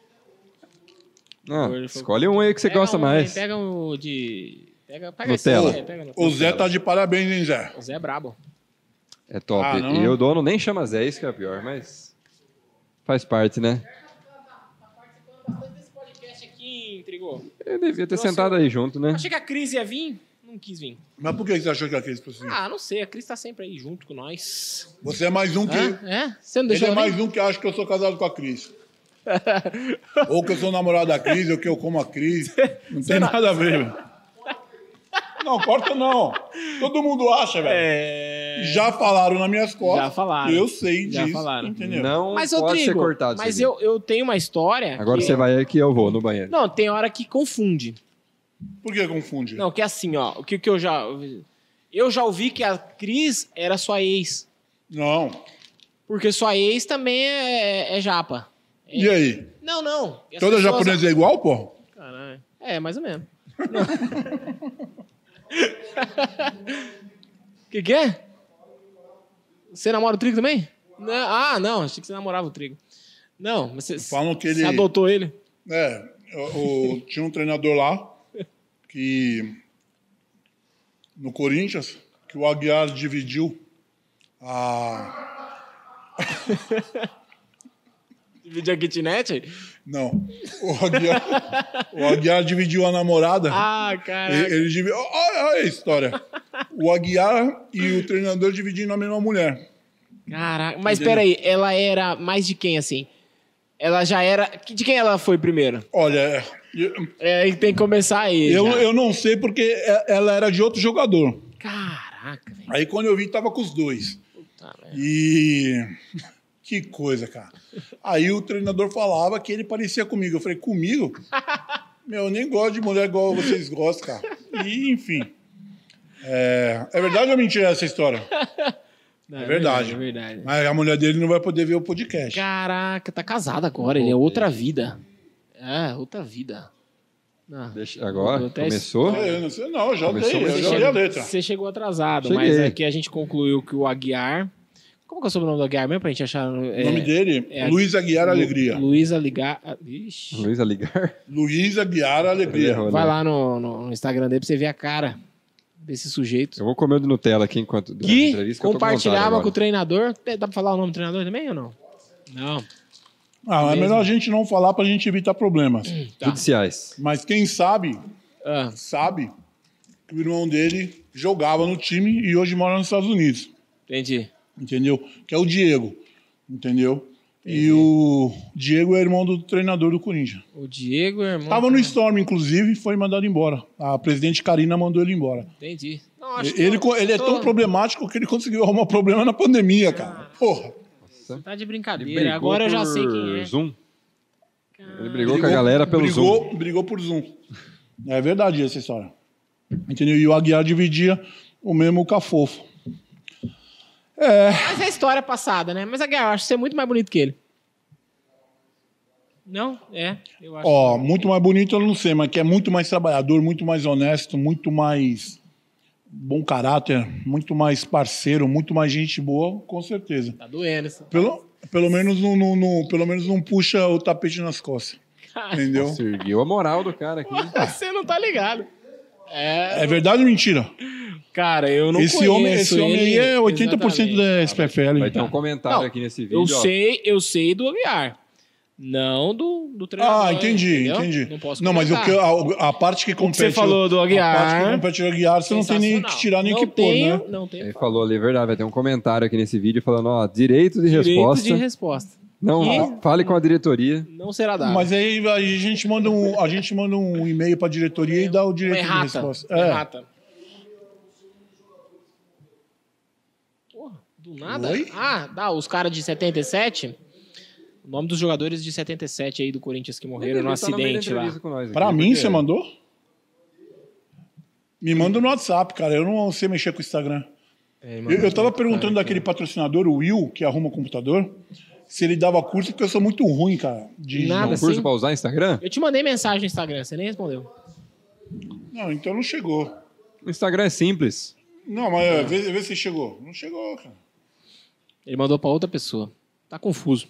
Ah, Ele foi- escolhe um aí que você Pega gosta um, mais. Pega um de... Pega, pega Nutella. esse aí, pega O Zé tá de parabéns, hein, Zé? O Zé é brabo. É top. Ah, não? E o dono nem chama Zé, isso que é pior, mas faz parte, né? Desse podcast aqui, Trigô. Eu devia ter Trouxe sentado o- aí junto, né? Achei que a Cris ia vir, não quis vir. Mas por que você achou que era aquele assim? Ah, não sei, a Cris tá sempre aí junto com nós. Você é mais um que... Hã? É? Você não Ele deixou é ela vir? mais um que acha que eu sou casado com a Cris. Ou que eu sou namorado da Cris, ou que eu como a Cris. Não tem nada a ver, velho. Não, corta não. Todo mundo acha, velho. É... Já falaram nas minhas costas. Já falaram. Eu sei Já disso. falaram. Entendeu? Não Mas, ô, pode ser Trigo, cortado. mas isso aqui. eu, eu tenho uma história... Agora que- você vai aqui, eu vou no banheiro. Não, tem hora que confunde. Por que confunde? Não, que é assim, ó, o que, que eu já... Eu já ouvi que a Cris era sua ex. Não. Porque sua ex também é, é japa. É- E aí? Não, não. E as Toda pessoas- japonesa é igual, pô? Caralho. É, mais ou menos. O que, que é? Você namora o Trigo também? Não, ah, não. Achei que você namorava o Trigo. Não, mas você, Falam que você ele- adotou ele. É. o- o- tinha um treinador lá que... No Corinthians, que o Aguiar dividiu a... Dividir a kitnet? Não. O Aguiar, o Aguiar dividiu a namorada. Ah, cara. Ele, ele dividiu... Olha, olha a história. O Aguiar e o treinador dividindo a mesma mulher. Caraca. Mas Entendeu? peraí, ela era mais de quem, assim? Ela já era... De quem ela foi primeiro? Olha, eu, É, aí tem que começar aí. eu, já. eu não sei porque e- ela era de outro jogador. Caraca, velho. Aí quando eu vi, tava com os dois. Puta merda. E... Que coisa, cara. Aí o treinador falava que ele parecia comigo. Eu falei, comigo? Meu, eu nem gosto de mulher igual vocês gostam, cara. E, enfim. É, é verdade ou mentira essa história? Não, É verdade. É verdade. Mas a mulher dele não vai poder ver o podcast. Caraca, tá casado agora. Ele é outra vida. É, outra vida. Não. Deixa, agora, Eu até- começou? É, eu não sei, não, eu já Começou, dei, mas eu Você já chegou, dei a letra. você chegou atrasado, Cheguei. mas aqui a gente concluiu que o Aguiar... Como que é o sobrenome do Aguiar mesmo, pra gente achar? O nome dele é- é Luiz Aguiar Alegria. Luiz Aligar... ah, Ixi. Luiz a ligar? Luiz Aguiar Alegria. Ele errou. Vai lá no, no- no Instagram dele pra você ver a cara desse sujeito. Eu vou comer o de Nutella aqui enquanto durante a Que entrevista, que eu tô com vontade compartilhava agora. com o treinador. Dá pra falar o nome do treinador também ou não? Não. Ah, é Mesmo. melhor a gente não falar pra gente evitar problemas. Tá. Judiciais. Mas quem sabe, Ah, sabe que o irmão dele jogava no time e hoje mora nos Estados Unidos. entendi. Entendeu? Que é o Diego. Entendeu? E o Diego é irmão do treinador do Corinthians. O Diego, irmão. Tava no Storm, inclusive, e foi mandado embora. A presidente Karina mandou ele embora. Entendi. Não, acho que Ele, eu- co- ele é tô- tão problemático que ele conseguiu arrumar problema na pandemia, cara. Porra. Tá de Ele brincadeira. brigou Agora eu já por sei quem é. Zoom. Ele brigou, com a galera pelo brigou, Zoom. Brigou por Zoom. É verdade essa história. Entendeu? E o Aguiar dividia o mesmo cafofo. É. Mas é a história passada, né? Mas Aguiar, eu acho você muito mais bonito que ele. Não? É, eu acho. Ó, muito mais bonito eu não sei, mas que é muito mais trabalhador, muito mais honesto, muito mais bom caráter, muito mais parceiro, muito mais gente boa, com certeza. Tá doendo isso. Pelo, pelo, menos, não, não, não- pelo menos não puxa o tapete nas costas. Entendeu? Nossa, ergueu a moral do cara aqui. Você não tá ligado. É, É verdade ou mentira? cara, eu não esse conheço homem, esse homem aí ele, é oitenta por cento exatamente. da S P F L. Vai ter um Tá. comentário Não, aqui nesse vídeo. Eu ó. sei, eu sei do Aguiar. Não do, do treinador. Ah, entendi, entendeu? entendi. Não posso Não, mas o comentar. que, a, a parte que compete... você falou do Aguiar, A parte que compete o Aguiar, você não tem nem que tirar nem não que pôr, tenho, né? Não tem. Ele falou ali, é verdade, vai ter um comentário aqui nesse vídeo falando, ó, direito de Direito resposta. de resposta. Não, E- fale com a diretoria. Não será dado. Mas aí a gente manda um, a gente manda um e-mail para a diretoria e dá o Uma direito de errata. resposta. Uma É. errata. Porra, do nada? Oi? Ah, dá, os caras de setenta e sete... O nome dos jogadores de setenta e sete aí do Corinthians que morreram no Ele tá no meio da acidente lá. entrevista com nós aqui, Para mim, porque- você mandou? Me manda no WhatsApp, cara. Eu não sei mexer com o Instagram. É, Eu, mano, eu tava cara, perguntando aqui, daquele patrocinador, o Will, que arruma computador, se ele dava curso, porque eu sou muito ruim, cara. De... Nada. Um curso assim? pra usar Instagram? Eu te mandei mensagem no Instagram, você nem respondeu. Não, então não chegou. O Instagram é simples. Não, mas é, vê, vê se chegou. Não chegou, cara. Ele mandou pra outra pessoa. Tá confuso.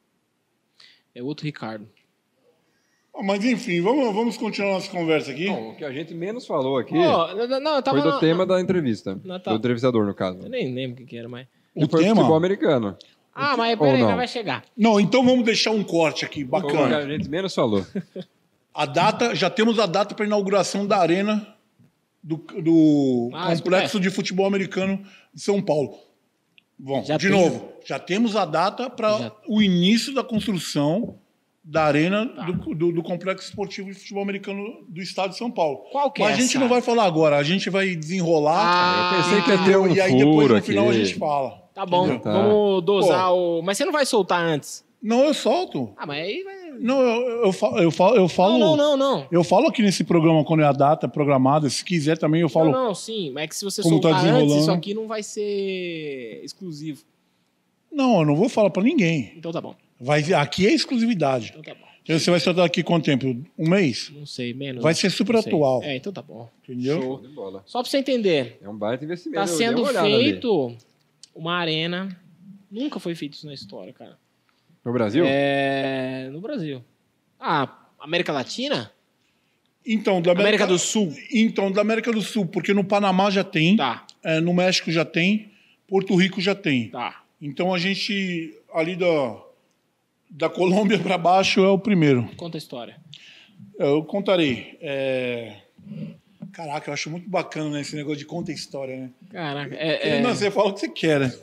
É outro Ricardo. Ah, mas enfim, vamos, vamos continuar nossa conversa aqui. Bom, o que a gente menos falou aqui Ó, não, não, eu tava foi do na- tema na- da entrevista. Não, tá. Do entrevistador, no caso. Eu nem lembro o que, que era, mas. O E foi tema? futebol americano. Ah, mas Ou peraí, não? nós vai chegar. Não, então vamos deixar um corte aqui, Foi o que bacana. a gente menos falou. A data, já temos a data para inauguração da arena do, do Ah, Complexo de Futebol Americano de São Paulo. Bom, Já de tem. novo, já temos a data para Já. o início da construção da arena do, do- do Complexo Esportivo de Futebol Americano do Estado de São Paulo. Qual que é Mas a gente essa? não vai falar agora, a gente vai desenrolar. Ah, Eu pensei que ia ter um e aí depois furo no final a aqui. gente fala. Tá bom, Entendeu? Tá. vamos dosar o. Mas você não vai soltar antes. Não, eu solto. Ah, mas aí vai. Não, eu, eu, falo, eu falo. Eu falo, Não, não, não, não. Eu falo aqui nesse programa quando é a data programada. Se quiser também eu falo. Não, não, sim. Mas é que se você Como tá soltar antes, desenrolando. isso aqui não vai ser exclusivo. Não, eu não vou falar pra ninguém. Então tá bom. Vai, aqui é exclusividade. Então tá bom. Então você vai soltar aqui quanto tempo? Um mês? Não sei, menos. Vai ser super Não sei. atual. É, então tá bom. Entendeu? Show. De bola. Só pra você entender, É um baita investimento. tá eu dei sendo uma olhada ali. feito uma arena. Nunca foi feito isso na história, cara. No Brasil? É. No Brasil. Ah, América Latina? Então, da América do Sul. Então, da América do Sul, porque no Panamá já tem, Tá, é, no México já tem, Porto Rico já tem. tá. Então a gente, ali da, da Colômbia para baixo, é o primeiro. Conta a história. Eu contarei. É... Caraca, eu acho muito bacana, né, esse negócio de conta a história, né? Caraca, é. é- Não, você fala o que você quer, né?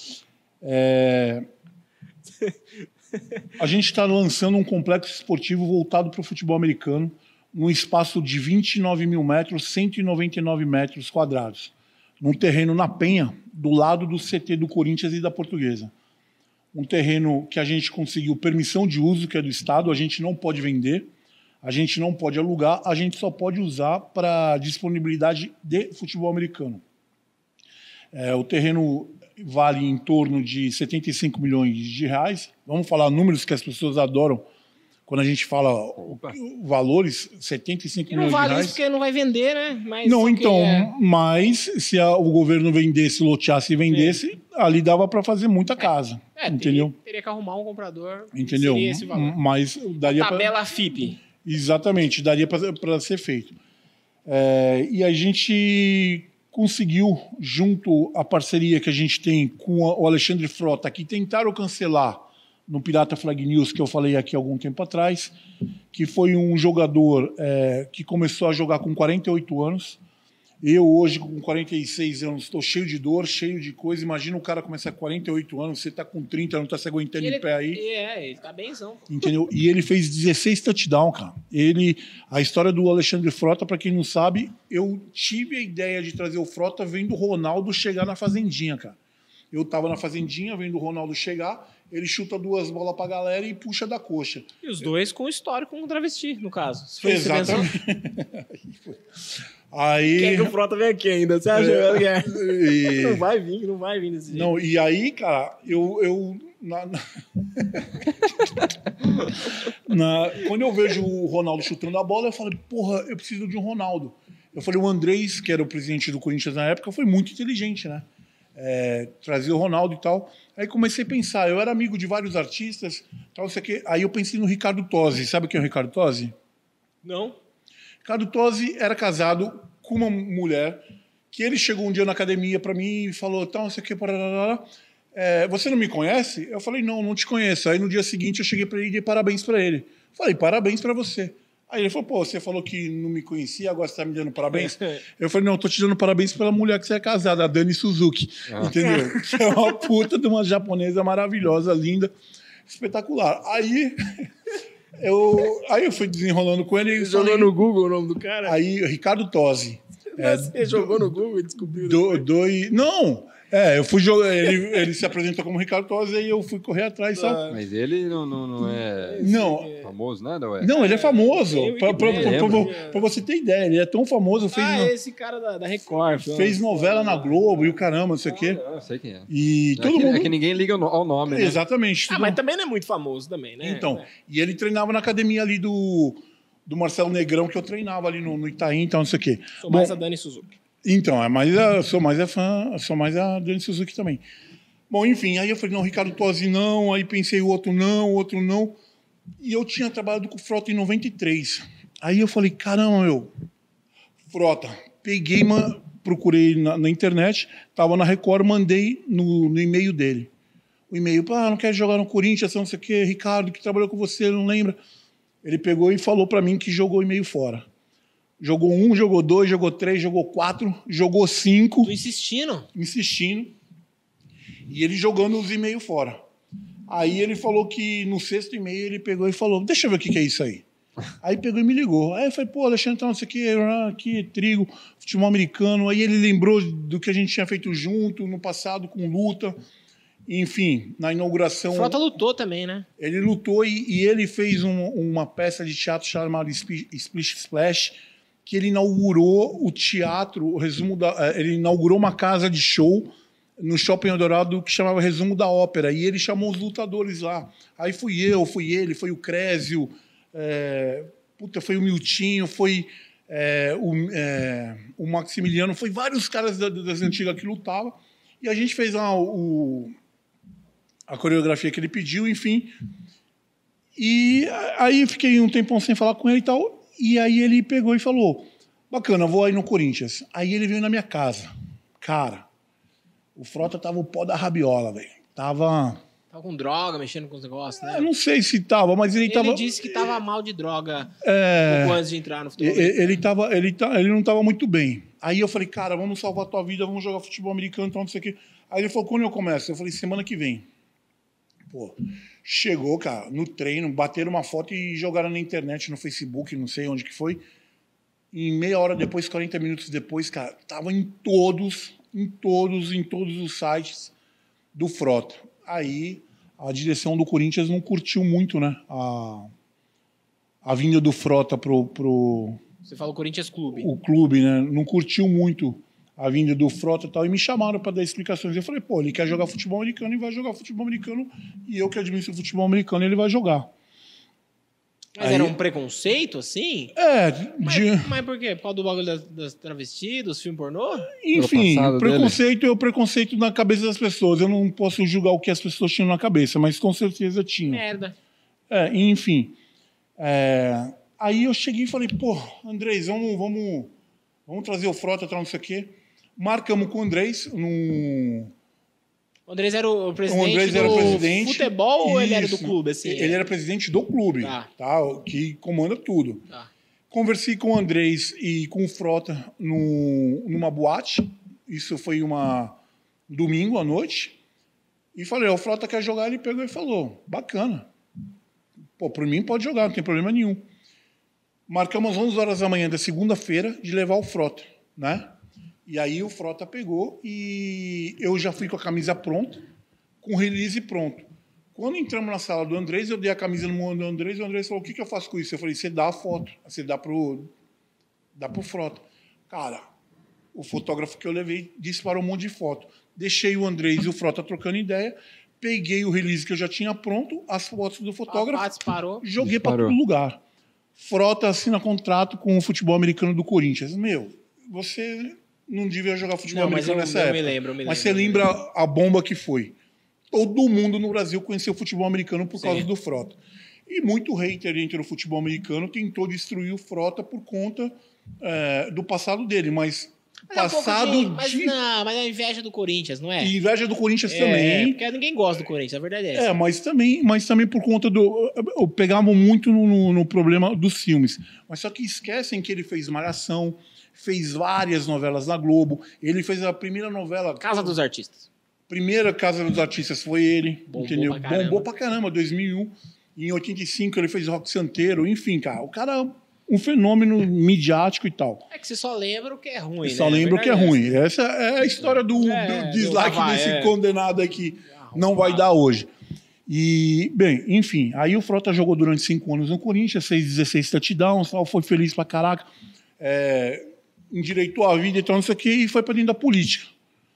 É... A gente está lançando um complexo esportivo voltado para o futebol americano, num espaço de vinte e nove mil metros, cento e noventa e nove metros quadrados, num terreno na Penha, do lado do C T do Corinthians e da Portuguesa. Um terreno que a gente conseguiu permissão de uso, que é do Estado, a gente não pode vender, a gente não pode alugar, a gente só pode usar para disponibilidade de futebol americano. É, o terreno vale em torno de setenta e cinco milhões de reais. Vamos falar números que as pessoas adoram quando a gente fala Opa. valores, setenta e cinco E não milhões de vale reais. isso porque não vai vender, né? Mas Não, só que então, é- mas se a- o governo vendesse, loteasse e vendesse, ali dava para fazer muita casa, É, entendeu? Teria, teria que arrumar um comprador. que Entendeu? Seria esse valor. Mas daria para Tabela F I P. Exatamente, daria para ser feito. É, e a gente conseguiu, junto à parceria que a gente tem com a- o Alexandre Frota, que tentaram cancelar no Pirata Flag News, que eu falei aqui há algum tempo atrás, que foi um jogador é, que começou a jogar com quarenta e oito anos. Eu, hoje, com quarenta e seis anos, estou cheio de dor, cheio de coisa. Imagina o cara começar com quarenta e oito anos, você está com trinta, não está se aguentando Ele, em pé aí. É, ele tá benzão. Entendeu? E ele fez dezesseis touchdowns, cara. Ele, a história do Alexandre Frota, para quem não sabe, eu tive a ideia de trazer o Frota vendo o Ronaldo chegar na Fazendinha, cara. Eu tava na Fazendinha, vendo o Ronaldo chegar, ele chuta duas bolas pra galera e puxa da coxa. E os dois com histórico com um travesti, no caso. Se foi isso que você pensou. Exatamente. Aí. Quer que o Frota venha aqui ainda? Você acha que é? e- Não vai vir, não vai vir desse jeito. Não, e aí, cara, eu. eu na- na- Na- quando eu vejo o Ronaldo chutando a bola, eu falo, porra, eu preciso de um Ronaldo. Eu falei, o Andrés, que era o presidente do Corinthians na época, foi muito inteligente, né? É, trazer o Ronaldo e tal. Aí comecei a pensar, eu era amigo de vários artistas, tal, isso aqui. Aí eu pensei no Ricardo Tosi. Sabe quem é o Ricardo Tosi? Não? Ricardo Tosi era casado com uma mulher que ele chegou um dia na academia para mim e falou, tal, não sei o que, parará, é, você não me conhece? Eu falei, não, não te conheço. Aí no dia seguinte eu cheguei para ele e dei parabéns para ele. Falei, parabéns para você. Aí ele falou, pô, você falou que não me conhecia, agora você tá me dando parabéns? Eu falei, não, eu tô te dando parabéns pela mulher que você é casada, a Dani Suzuki. Ah. Entendeu? Que é uma puta de uma japonesa maravilhosa, linda, espetacular. Aí eu, aí eu fui desenrolando com ele. Você jogou no Google o nome do cara? Aí, Ricardo Tosi. É, você jogou no Google e descobriu? Do, do, não, é, eu fui jogar, ele, ele se apresentou como Ricardo Tosi e eu fui correr atrás. Sabe? Mas ele não, não, não é não, famoso nada, ué? Não, ele é famoso. Para você ter ideia, ele é tão famoso. Fez ah, no, esse cara da, da Record. Fez novela na Globo e o caramba, não sei o quê. Eu sei quem é. E é todo que, mundo... é que ninguém liga ao nome, né? Exatamente. Ah, mas também não é muito famoso também, né? Então, é. E ele treinava na academia ali do, do Marcelo Negrão, que eu treinava ali no, no Itaim, então não sei o quê. Sou mais Bom, a Dani Suzuki. Então, é mais a, sou mais a fã, sou mais a Dani Suzuki também. Bom, enfim, aí eu falei, não, Ricardo Tosi não, aí pensei o outro não, o outro não. E eu tinha trabalhado com o Frota em noventa e três. Aí eu falei, caramba, meu, Frota, peguei, uma, procurei na, na internet, tava na Record, mandei no, no e-mail dele. O e-mail, ah, não quero jogar no Corinthians, não sei o quê, Ricardo, que trabalhou com você, não lembra? Ele pegou e falou para mim que jogou o e-mail fora. Jogou um, jogou dois, jogou três, jogou quatro, jogou cinco. Tô insistindo. Insistindo. E ele jogando os e-mails fora. Aí ele falou que no sexto e-mail ele pegou e falou, deixa eu ver o que, que é isso aí. Aí pegou e me ligou. Aí eu falei, pô, Alexandre, então, isso aqui, aqui, trigo, futebol americano. Aí ele lembrou do que a gente tinha feito junto no passado com luta. Enfim, na inauguração... O Frota lutou também, né? Ele lutou e, e ele fez um, uma peça de teatro chamada Splish Splash, que ele inaugurou o teatro, o resumo da, ele inaugurou uma casa de show no Shopping Eldorado que chamava Resumo da Ópera, e ele chamou os lutadores lá. Aí fui eu, fui ele, foi o Crésio, é, puta, foi o Miltinho, foi é, o, é, o Maximiliano, foi vários caras das, das antigas que lutavam, e a gente fez lá o, a coreografia que ele pediu, enfim. E aí fiquei um tempão sem falar com ele e tal. E aí ele pegou e falou, bacana, vou aí no Corinthians. Aí ele veio na minha casa. Cara, o Frota tava o pó da rabiola, velho. Tava... Tava com droga, mexendo com os negócios, né? Eu não sei se tava, mas ele, ele tava... Ele disse que tava mal de droga é... pouco antes de entrar no futebol. Ele, ele, tava, ele, tá, ele não tava muito bem. Aí eu falei, cara, vamos salvar a tua vida, vamos jogar futebol americano, então não sei o quê. Aí ele falou, quando eu começo? Eu falei, semana que vem. Pô... Chegou, cara, no treino, bateram uma foto e jogaram na internet, no Facebook, não sei onde que foi. E meia hora depois, quarenta minutos depois, cara, tava em todos, em todos, em todos os sites do Frota. Aí a direção do Corinthians não curtiu muito, né? A, a vinda do Frota pro, pro... Você fala o Corinthians Clube. O clube, né? Não curtiu muito a vinda do Frota e tal, e me chamaram para dar explicações. Eu falei, pô, ele quer jogar futebol americano e vai jogar futebol americano, e eu que administro o futebol americano, ele vai jogar. Mas Aí, era um preconceito, assim? É. Mas, de... mas por quê? Por causa do bagulho das, das travestis, dos filmes pornô? Enfim, preconceito dele. É o preconceito na cabeça das pessoas. Eu não posso julgar o que as pessoas tinham na cabeça, mas com certeza tinham. Merda. É, enfim. É... Aí eu cheguei e falei, pô, Andrés, vamos, vamos, vamos trazer o Frota, tal, não sei o quê. Marcamos com o Andrés no... O Andrés era o presidente o Andrés do era presidente, futebol ou ele era do isso. clube? Assim, ele é? era presidente do clube, tá. Tá, que comanda tudo. Tá. Conversei com o Andrés e com o Frota no, numa boate. Isso foi uma domingo à noite. E falei, o Frota quer jogar? Ele pegou e falou, bacana. Pô, por mim pode jogar, não tem problema nenhum. Marcamos às onze horas da manhã da segunda-feira de levar o Frota, né? E aí o Frota pegou e eu já fui com a camisa pronta, com o release pronto. Quando entramos na sala do Andrés, eu dei a camisa no mão do Andrés, e o Andrés falou, o que, que eu faço com isso? Eu falei, você dá a foto, você dá pro, dá pro Frota. Cara, o fotógrafo que eu levei disparou um monte de foto. Deixei o Andrés e o Frota trocando ideia, peguei o release que eu já tinha pronto, as fotos do fotógrafo, ah, disparou. joguei para todo lugar. Frota assina contrato com o futebol americano do Corinthians. Meu, você... não devia jogar futebol não, americano eu, nessa eu época. Me lembro, eu me mas lembro, você lembra a bomba que foi. Todo mundo no Brasil conheceu o futebol americano por Sim. causa do Frota. E muito hater entre o futebol americano tentou destruir o Frota por conta é, do passado dele, mas, Mas é um pouco passado de- Mas de... não, mas é a inveja do Corinthians, não é? E inveja do Corinthians É, também. porque ninguém gosta do Corinthians, a verdade é essa. É, mas também, mas também por conta do... Eu pegava muito no, no- no problema dos filmes. Mas só que esquecem que ele fez Malhação, fez várias novelas na Globo. Ele fez a primeira novela... Casa dos Artistas. Primeira Casa dos Artistas foi ele, Bombou entendeu? pra caramba. Bombou pra caramba, dois mil e um. Em oitenta e cinco ele fez Rock Santeiro, enfim, cara. O cara é um fenômeno midiático e tal. É que você só lembra o que é ruim, Eu né? só A lembro o que é verdade ruim. Essa é a história do, É, do dislike do Havaí, desse é. condenado aqui. Não vai dar hoje. E, bem, enfim, aí o Frota jogou durante cinco anos no Corinthians, fez dezesseis touchdowns, tal, foi feliz pra caraca, é, endireitou a vida e tal, não sei o quê, e foi pra dentro da política.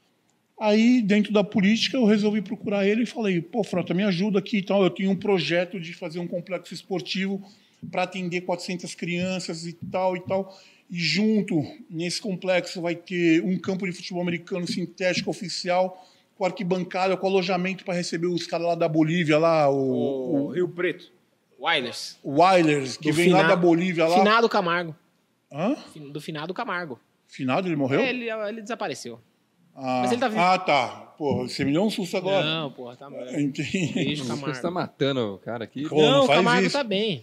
Aí, dentro da política, eu resolvi procurar ele e falei, pô, Frota, me ajuda aqui e tal, eu tenho um projeto de fazer um complexo esportivo para atender quatrocentas crianças e tal e tal, e junto, nesse complexo, vai ter um campo de futebol americano sintético oficial, com arquibancada, com alojamento para receber os caras lá da Bolívia, lá, o, O Rio Preto. Wilders. o Wilders, que Do vem fina- lá da Bolívia. Lá. Finado Camargo. Hã? Fin- Do finado Camargo. Finado, ele morreu? É, ele, ele desapareceu. Ah, mas ele tá vivo. Ah, tá. Porra, você me deu um susto agora. Não, porra, tá bom. Entendi. Beijo, Você Camargo. está matando o cara aqui. Pô, não não, o faz Camargo isso. tá bem.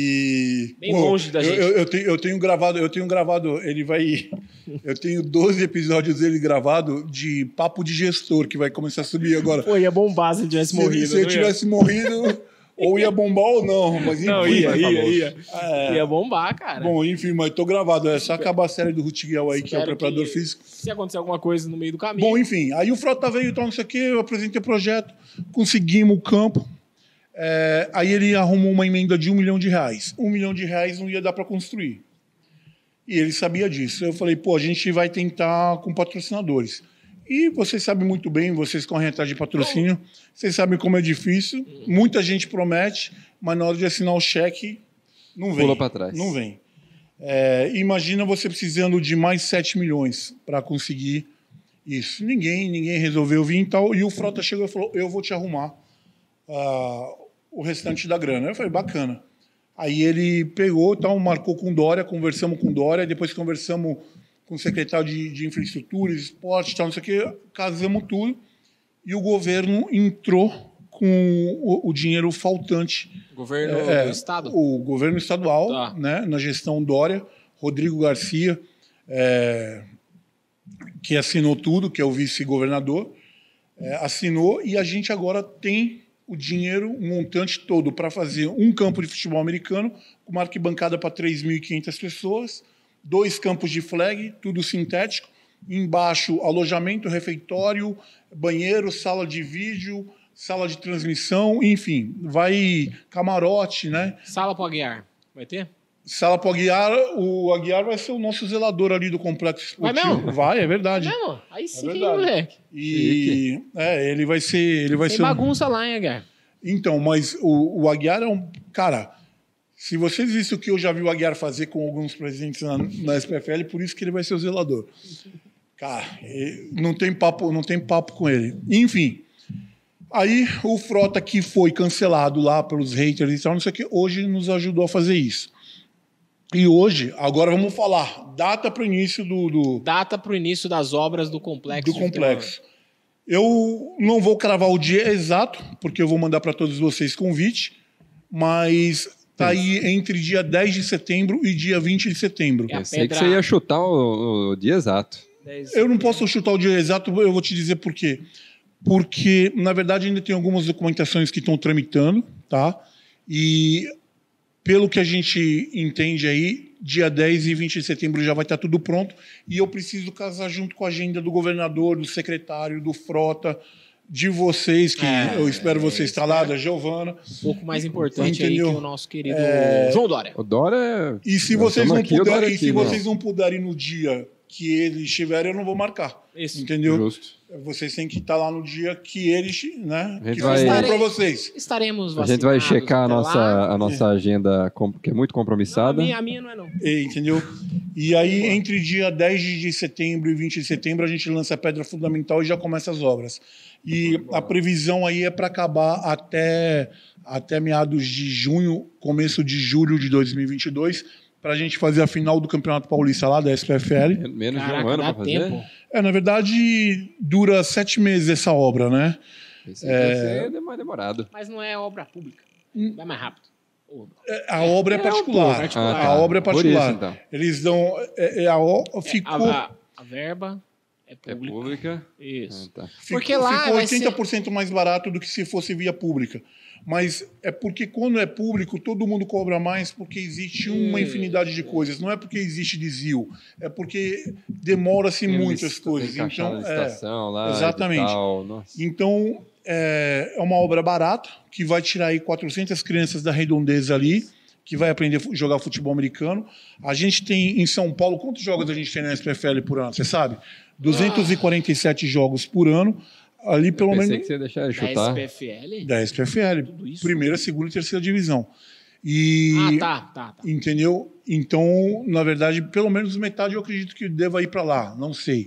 E Bem longe da eu, gente. Eu, eu tenho, eu tenho gravado, eu tenho gravado, ele vai. Eu tenho doze episódios dele gravado de papo de gestor que vai começar a subir agora. Pô, ia bombar se ele tivesse Se, morrido. se eu não ia? tivesse morrido, ou ia bombar ou não, mas enfim. Não, ia, vai, ia, famoso. ia. É. Ia bombar, cara. Bom, enfim, mas tô gravado. É só acabar a série do Rutiguel aí, que é o Espero preparador que, físico. Se acontecer alguma coisa no meio do caminho. Bom, enfim, aí o Frota veio e tal, não sei o quê, eu apresentei o projeto, conseguimos o campo. É, aí ele arrumou uma emenda de um milhão de reais. Um milhão de reais não ia dar para construir. E ele sabia disso. Eu falei, pô, a gente vai tentar com patrocinadores. E vocês sabem muito bem, vocês correm atrás de patrocínio, vocês sabem como é difícil. Muita gente promete, mas na hora de assinar o cheque, não vem. Pula pra trás. Não vem. É, imagina você precisando de mais sete milhões para conseguir isso. Ninguém, ninguém resolveu vir e tal. E o Frota chegou e falou, eu vou te arrumar ah, o restante da grana. Eu falei, bacana. Aí ele pegou, tal, marcou com Dória, conversamos com Dória, depois conversamos com o secretário de, de infraestrutura, esporte, tal, não sei o quê, casamos tudo. E o governo entrou com o, o dinheiro faltante. Governo É, do Estado? O governo estadual, Tá. né, na gestão Dória, Rodrigo Garcia, é, que assinou tudo, que é o vice-governador, é, assinou, e a gente agora tem o dinheiro, o montante todo, para fazer um campo de futebol americano, com uma arquibancada para três mil e quinhentas pessoas, dois campos de flag, tudo sintético, embaixo alojamento, refeitório, banheiro, sala de vídeo, sala de transmissão, enfim, vai camarote, né? Sala pro Aguiar. Vai ter? Sala para o Aguiar, o Aguiar vai ser o nosso zelador ali do complexo Vai esportivo. mesmo? Vai, é verdade. É mesmo? Aí sim, verdade. moleque. E é, ele vai ser, ele vai Tem ser. um- bagunça lá, hein, Aguiar? Então, mas o, o Aguiar é um cara. Se vocês vissem o que eu já vi o Aguiar fazer com alguns presidentes na, na S P F L, por isso que ele vai ser o zelador. Cara, e- não tem papo, não tem papo com ele. Enfim. Aí o Frota, que foi cancelado lá pelos haters e tal, não sei o que, hoje nos ajudou a fazer isso. E hoje, agora vamos falar, data para o início do, do, Data pro início das obras do complexo. do de complexo. Eu não vou cravar o dia exato, porque eu vou mandar para todos vocês convite, mas tá aí entre dia dez de setembro e dia vinte de setembro. É a Eu sei que pedra- você ia chutar o, o dia exato. futebol. Eu não posso chutar o dia exato, eu vou te dizer por quê. Porque, na verdade, ainda tem algumas documentações que estão tramitando, tá? E, pelo que a gente entende aí, dia dez e vinte de setembro já vai estar tudo pronto. E eu preciso casar junto com a agenda do governador, do secretário, do Frota, de vocês, que É, eu espero vocês estar lá, espero. da Giovana. Um pouco mais importante aí que Entendeu? o nosso querido É. João Dória. O Dória. E se nós vocês estamos não aqui, o Dória puderem, e aqui, se meu. vocês não puderem no dia que ele estiver, eu não vou marcar. Isso. Entendeu? Justo. Vocês têm que estar lá no dia que ele, né? A gente Que vai- for bom para vocês. Estaremos A gente vai vacinados checar a até nossa, lá. a nossa agenda, com- que é muito Não, a, compromissada. minha, a minha não é não. E, entendeu? E aí, entre dia dez de setembro e vinte de setembro, a gente lança a pedra fundamental e já começa as obras. E a previsão aí é para acabar até, até meados de junho, começo de julho de dois mil e vinte e dois, para a gente fazer a final do Campeonato Paulista lá da S P F L. Menos Caraca, de um ano dá pra fazer? tempo. É, na verdade, dura sete meses essa obra, né? Esse é... deve ser mais demorado. Mas não é obra pública. Hum. Vai mais rápido. Ou- A obra é, É um particular. pouco. particular. Ah, tá. A obra é Por particular. isso, então. Eles dão. É, é a, o- É, ficou, a, a- a verba é É pública. pública. Isso. Ah, tá. ficou, porque lá ficou vai ser- oitenta por cento mais barato do que se fosse via pública. Mas é porque quando é público, todo mundo cobra mais porque existe uma Hum. infinidade de coisas. Não é porque existe desvio, é porque demora-se Tem muito as licita- coisas. Tem que achar Então, na é, licitação lá. exatamente. edital, nossa. Então, é, é uma obra barata, que vai tirar aí quatrocentas crianças da redondeza ali, que vai aprender a fu- jogar futebol americano. A gente tem em São Paulo, quantos jogos a gente tem na S P F L por ano? Você sabe? duzentos e quarenta e sete jogos por ano. Ali, pelo Pensei menos, que você ia deixar ele Da chutar. S P F L? da S P F L. Tudo isso? Primeira, segunda e terceira divisão. E, Ah, tá, tá, tá. entendeu? Então, na verdade, pelo menos metade eu acredito que deva ir para lá, não sei.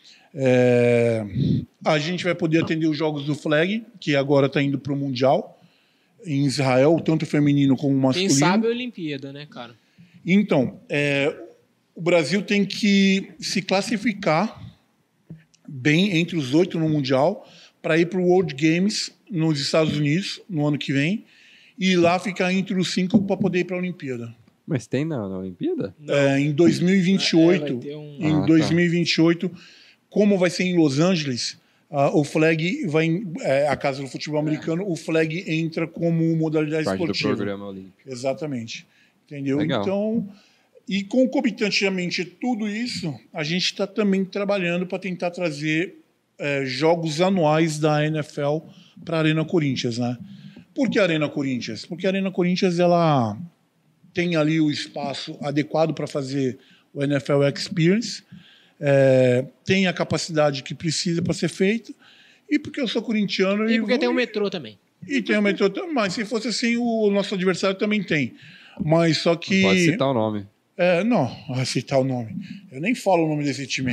É, a gente vai poder atender os jogos do Flag, que agora está indo para o Mundial, em Israel, tanto feminino como Quem masculino. sabe a Olimpíada, né, cara? Então, é, o Brasil tem que se classificar bem entre os oito no Mundial para ir para o World Games nos Estados Unidos no ano que vem e lá ficar entre os cinco para poder ir para a Olimpíada. Mas tem na, na Olimpíada? É, em dois mil e vinte e É, oito, vai ter um- em Ah, tá. dois mil e vinte e oito, como vai ser em Los Angeles, ah, o flag vai, em- é, a casa do futebol americano, o flag entra como modalidade Parte do esportiva. programa olímpico. Exatamente. Entendeu? Legal. Então, e concomitantemente tudo isso, a gente está também trabalhando para tentar trazer é, jogos anuais da N F L para a Arena Corinthians, né? Por que a Arena Corinthians? Porque a Arena Corinthians ela tem ali o espaço adequado para fazer o N F L Experience, é, tem a capacidade que precisa para ser feita, e porque eu sou corintiano E porque vou- tem o metrô também. e tem o metrô também, mas se fosse assim, o nosso adversário também tem. Mas só que. Pode citar o nome. É, não, a citar o nome. Eu nem falo o nome desse time.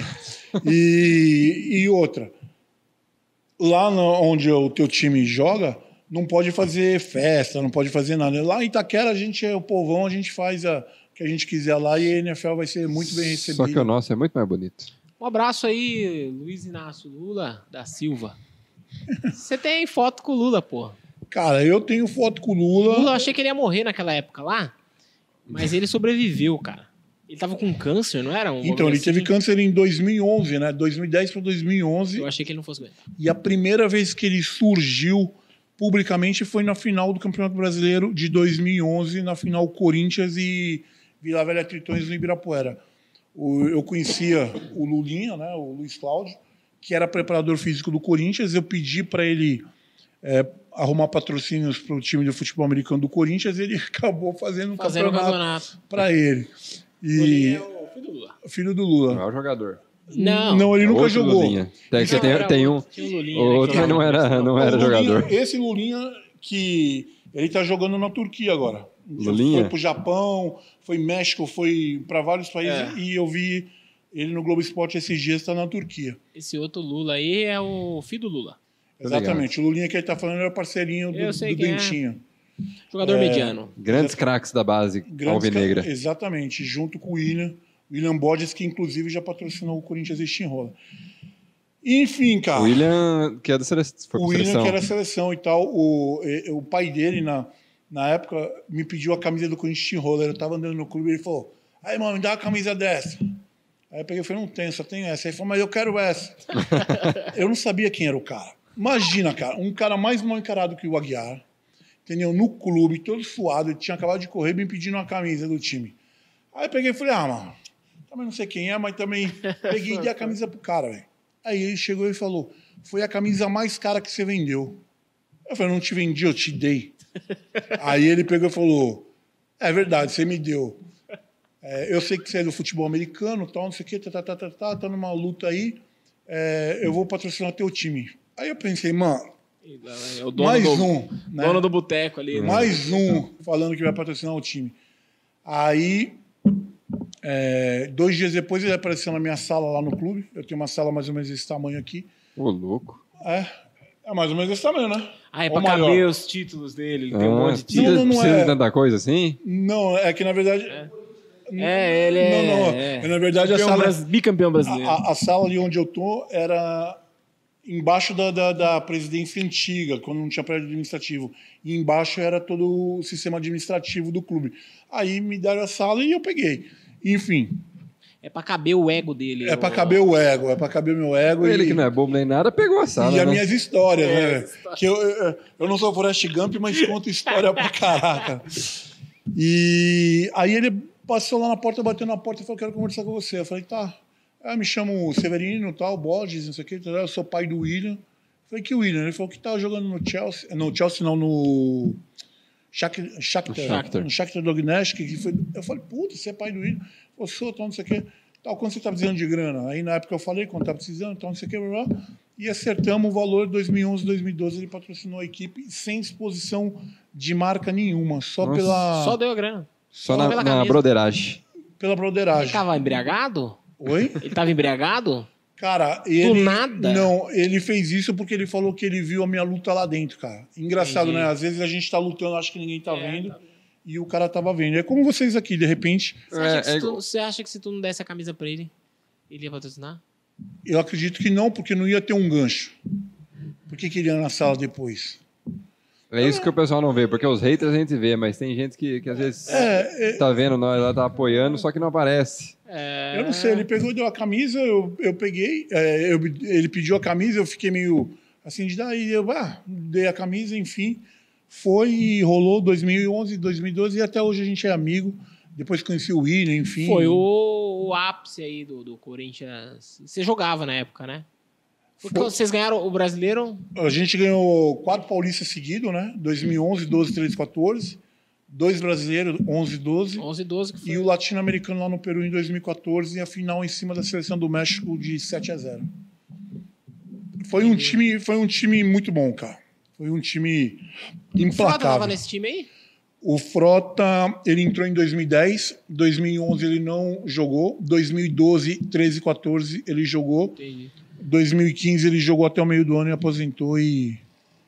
E, e outra. Lá no, onde o teu time joga, não pode fazer festa, não pode fazer nada. Lá em Itaquera, a gente é o povão, a gente faz a, o que a gente quiser lá e a N F L vai ser muito bem recebida. Só que o nosso é muito mais bonito. Um abraço aí, Luiz Inácio Lula da Silva. Você tem foto com o Lula, pô. Cara, eu tenho foto com o Lula. Lula, eu achei que ele ia morrer naquela época lá, mas ele sobreviveu, cara. Ele tava com câncer, não era? Um Então, bagulho ele teve assim? câncer em dois mil e onze, né? dois mil e dez para dois mil e onze. Eu achei que ele não fosse aguentar. E a primeira vez que ele surgiu publicamente foi na final do Campeonato Brasileiro de dois mil e onze, na final Corinthians e Vila Velha Tritões no Ibirapuera. O- eu conhecia o Lulinha, né, o Luiz Cláudio, que era preparador físico do Corinthians. Eu pedi para ele é, arrumar patrocínios para o time de futebol americano do Corinthians. Ele acabou fazendo um Fazendo o campeonato campeonato. para ele. Ele E é o filho do Lula. filho do Não Lula. é o jogador. Não. Não, ele É nunca outro jogou. Lulinha. Tem, Não, tem, era tem um. outro. Tinha o Lulinha, O né, outro que não era, não O era Lulinha- jogador. Esse Lulinha que ele está jogando na Turquia agora. Lulinha? Foi pro Japão, foi México, foi para vários países É. e eu vi ele no Globo Esporte esses dias, está na Turquia. Esse outro Lula aí é o filho do Lula. Tô Exatamente. O Lulinha que ele está falando era parceirinho do, Eu sei do quem é. Dentinho. Jogador É. mediano. Grandes craques da base Grandes alvinegra. ca- Exatamente, junto com o William. William Borges, que inclusive já patrocinou o Corinthians e Steamroller. Enfim, cara. O William, que é da seleção. Foi O pra William, seleção. que era a seleção e tal, o, e- o pai dele, na, na época, me pediu a camisa do Corinthians Steamroller. Eu tava andando no clube e ele falou: aí, mano, me dá uma camisa dessa. Aí eu peguei e falei: não tenho, só tenho essa. Aí ele falou: mas eu quero essa. Eu não sabia quem era o cara. Imagina, cara, um cara mais mal encarado que o Aguiar, entendeu? No clube, todo suado, ele tinha acabado de correr, me pedindo uma camisa do time. Aí eu peguei e falei: ah, mano, também não sei quem é, mas também peguei e dei a camisa pro cara, velho. Aí ele chegou e falou: foi a camisa mais cara que você vendeu. Eu falei: não te vendi, eu te dei. Aí ele pegou e falou: é verdade, você me deu. É, eu sei que você é do futebol americano, tal, não sei o quê, tá, tá, tá, tá, tá, tá numa luta aí, é, eu vou patrocinar teu time. Aí eu pensei: mano, É o dono mais do, um, né? dono do boteco ali. né? Mais um falando que vai patrocinar o time. Aí, é, dois dias depois, ele apareceu na minha sala lá no clube. Eu tenho uma sala mais ou menos desse tamanho aqui. Ô, louco. É, é mais ou menos desse tamanho, né? Ah, é Ou pra maior. caber os títulos dele. Ele tem um Ah, monte de precisa, títulos. Não, não, não precisa é. de tanta coisa assim? Não, é que na verdade. É, ele é... Não, não. é. Na verdade, a Campeão sala, bras- bicampeão brasileiro. a, a sala ali onde eu tô era embaixo da, da, da presidência antiga, quando não tinha prédio administrativo. E embaixo era todo o sistema administrativo do clube. Aí me deram a sala e eu peguei. Enfim, É pra caber o ego dele. é o- pra caber o ego, é pra caber o meu ego. Ele e... que não é bobo nem nada, pegou a sala, E as né? minhas histórias, É, né? as histórias. Que eu, eu, eu não sou Forrest Gump, mas conto história pra caraca. E aí ele passou lá na porta, bateu na porta e falou: quero conversar com você. Eu falei: tá. Aí eu me chamo Severino, tal, Borges, não sei o que, eu sou pai do William. Eu falei: que William? Ele falou que tava jogando no Chelsea. No Chelsea, não, no. Shakhtar, Shakhtar, Shakhtar. no Shakhtar Donetsk, que foi. Eu falei: puta, você é pai do William? Eu sou, tal, não sei o que. Tal, quando você tá precisando de grana? Aí na época eu falei quando tá precisando, tal, não sei o que, blá, blá, e acertamos o valor. dois mil e onze, dois mil e doze ele patrocinou a equipe sem exposição de marca nenhuma, só Nossa. pela, Só deu a grana. Só Só na, pela na camisa. broderagem. pela Ele broderagem. tava embriagado? Oi? Ele tava embriagado? Cara, ele. nada? Não, ele fez isso porque ele falou que ele viu a minha luta lá dentro, cara. Engraçado, Entendi. né? Às vezes a gente tá lutando, acho que ninguém tá É, vendo. tá. E o cara tava vendo. É como vocês aqui, de repente. Você acha, É, que se é tu, igual- você acha que se tu não desse a camisa pra ele, ele ia patrocinar? Eu acredito que não, porque não ia ter um gancho. Por que, que ele ia na sala depois? É isso que o pessoal não vê, porque os haters a gente vê, mas tem gente que, que às vezes É, é, tá vendo nós, ela tá apoiando, só que não aparece. É... eu não sei, ele pegou e deu a camisa, eu, eu peguei, é, eu- ele pediu a camisa, eu fiquei meio assim de dar, e eu ah, dei a camisa, enfim. Foi e rolou dois mil e onze, dois mil e doze, e até hoje a gente é amigo. Depois conheci o William, enfim. Foi o, o ápice aí do, do Corinthians. Você jogava na época, né? Porque Foi. vocês ganharam o Brasileiro? A gente ganhou quatro paulistas seguidos, né? dois mil e onze, doze, treze, quatorze. Dois brasileiros, onze, doze. onze e doze que foi. E o latino-americano lá no Peru em dois mil e quatorze. E a final em cima da seleção do México de sete a zero. Foi um time, foi um time muito bom, cara. Foi um time O Frota tava implacável. nesse time aí? O Frota, ele entrou em dois mil e dez. dois mil e onze ele não jogou. dois mil e doze, treze, quatorze ele jogou. Entendi. dois mil e quinze ele jogou até o meio do ano e aposentou e,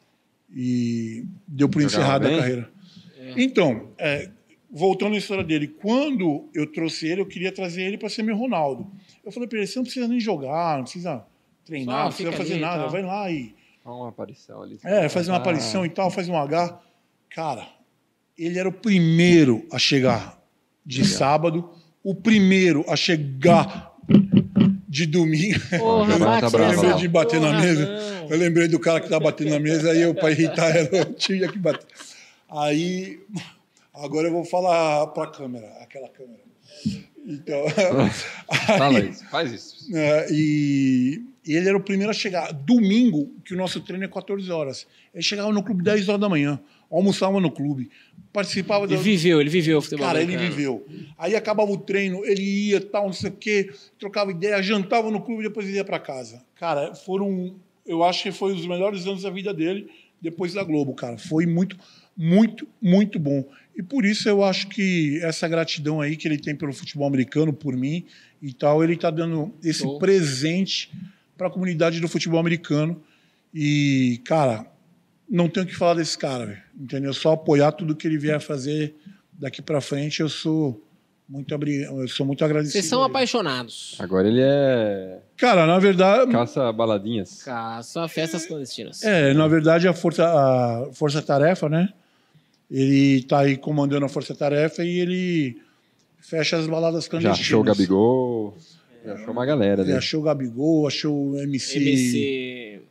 e deu por Jogava encerrada a bem? carreira. É. Então, é, voltando à história dele, quando eu trouxe ele, eu queria trazer ele para ser meu Ronaldo. Eu falei para ele: você não precisa nem jogar, não precisa treinar, Só não precisa fica fazer ali e nada, tal. vai lá e Olha uma aparição ali. é, faz uma Ah, aparição e tal, faz um H. Cara, ele era o primeiro a chegar de sábado, o primeiro a chegar de domingo. Porra, Giovana tá bate brava nessa lá. Eu lembrei de bater na porra, mesa. não. Eu lembrei do cara que tá batendo na mesa, aí eu, para irritar ela, eu tinha que bater. Aí, agora eu vou falar para a câmera, aquela câmera. Então, Fala aí, isso, faz isso. é, e, e ele era o primeiro a chegar. Domingo, que o nosso treino é quatorze horas. Ele chegava no clube dez horas da manhã, almoçava no clube, participava Ele da. viveu, ele viveu o futebol. Cara, ele americano. viveu. Aí acabava o treino, ele ia, tal, não sei o quê, trocava ideia, jantava no clube e depois ele ia para casa. Cara, foram. Eu acho que foi os melhores anos da vida dele depois da Globo, cara. Foi muito, muito, muito bom. E por isso eu acho que essa gratidão aí que ele tem pelo futebol americano, por mim e tal, ele está dando esse Show. presente para a comunidade do futebol americano. E, cara, não tenho o que falar desse cara, velho, entendeu? Só apoiar tudo que ele vier fazer daqui para frente. Eu sou muito, abri... eu sou muito agradecido. Vocês são a ele. apaixonados. Agora ele é Cara, na verdade, caça baladinhas. Caça festas clandestinas. é, na verdade a força, a força tarefa, né? Ele tá aí comandando a força tarefa e ele fecha as baladas Já clandestinas. achou o Gabigol, já achou uma galera Ele ali. achou o Gabigol, achou o M C, M C...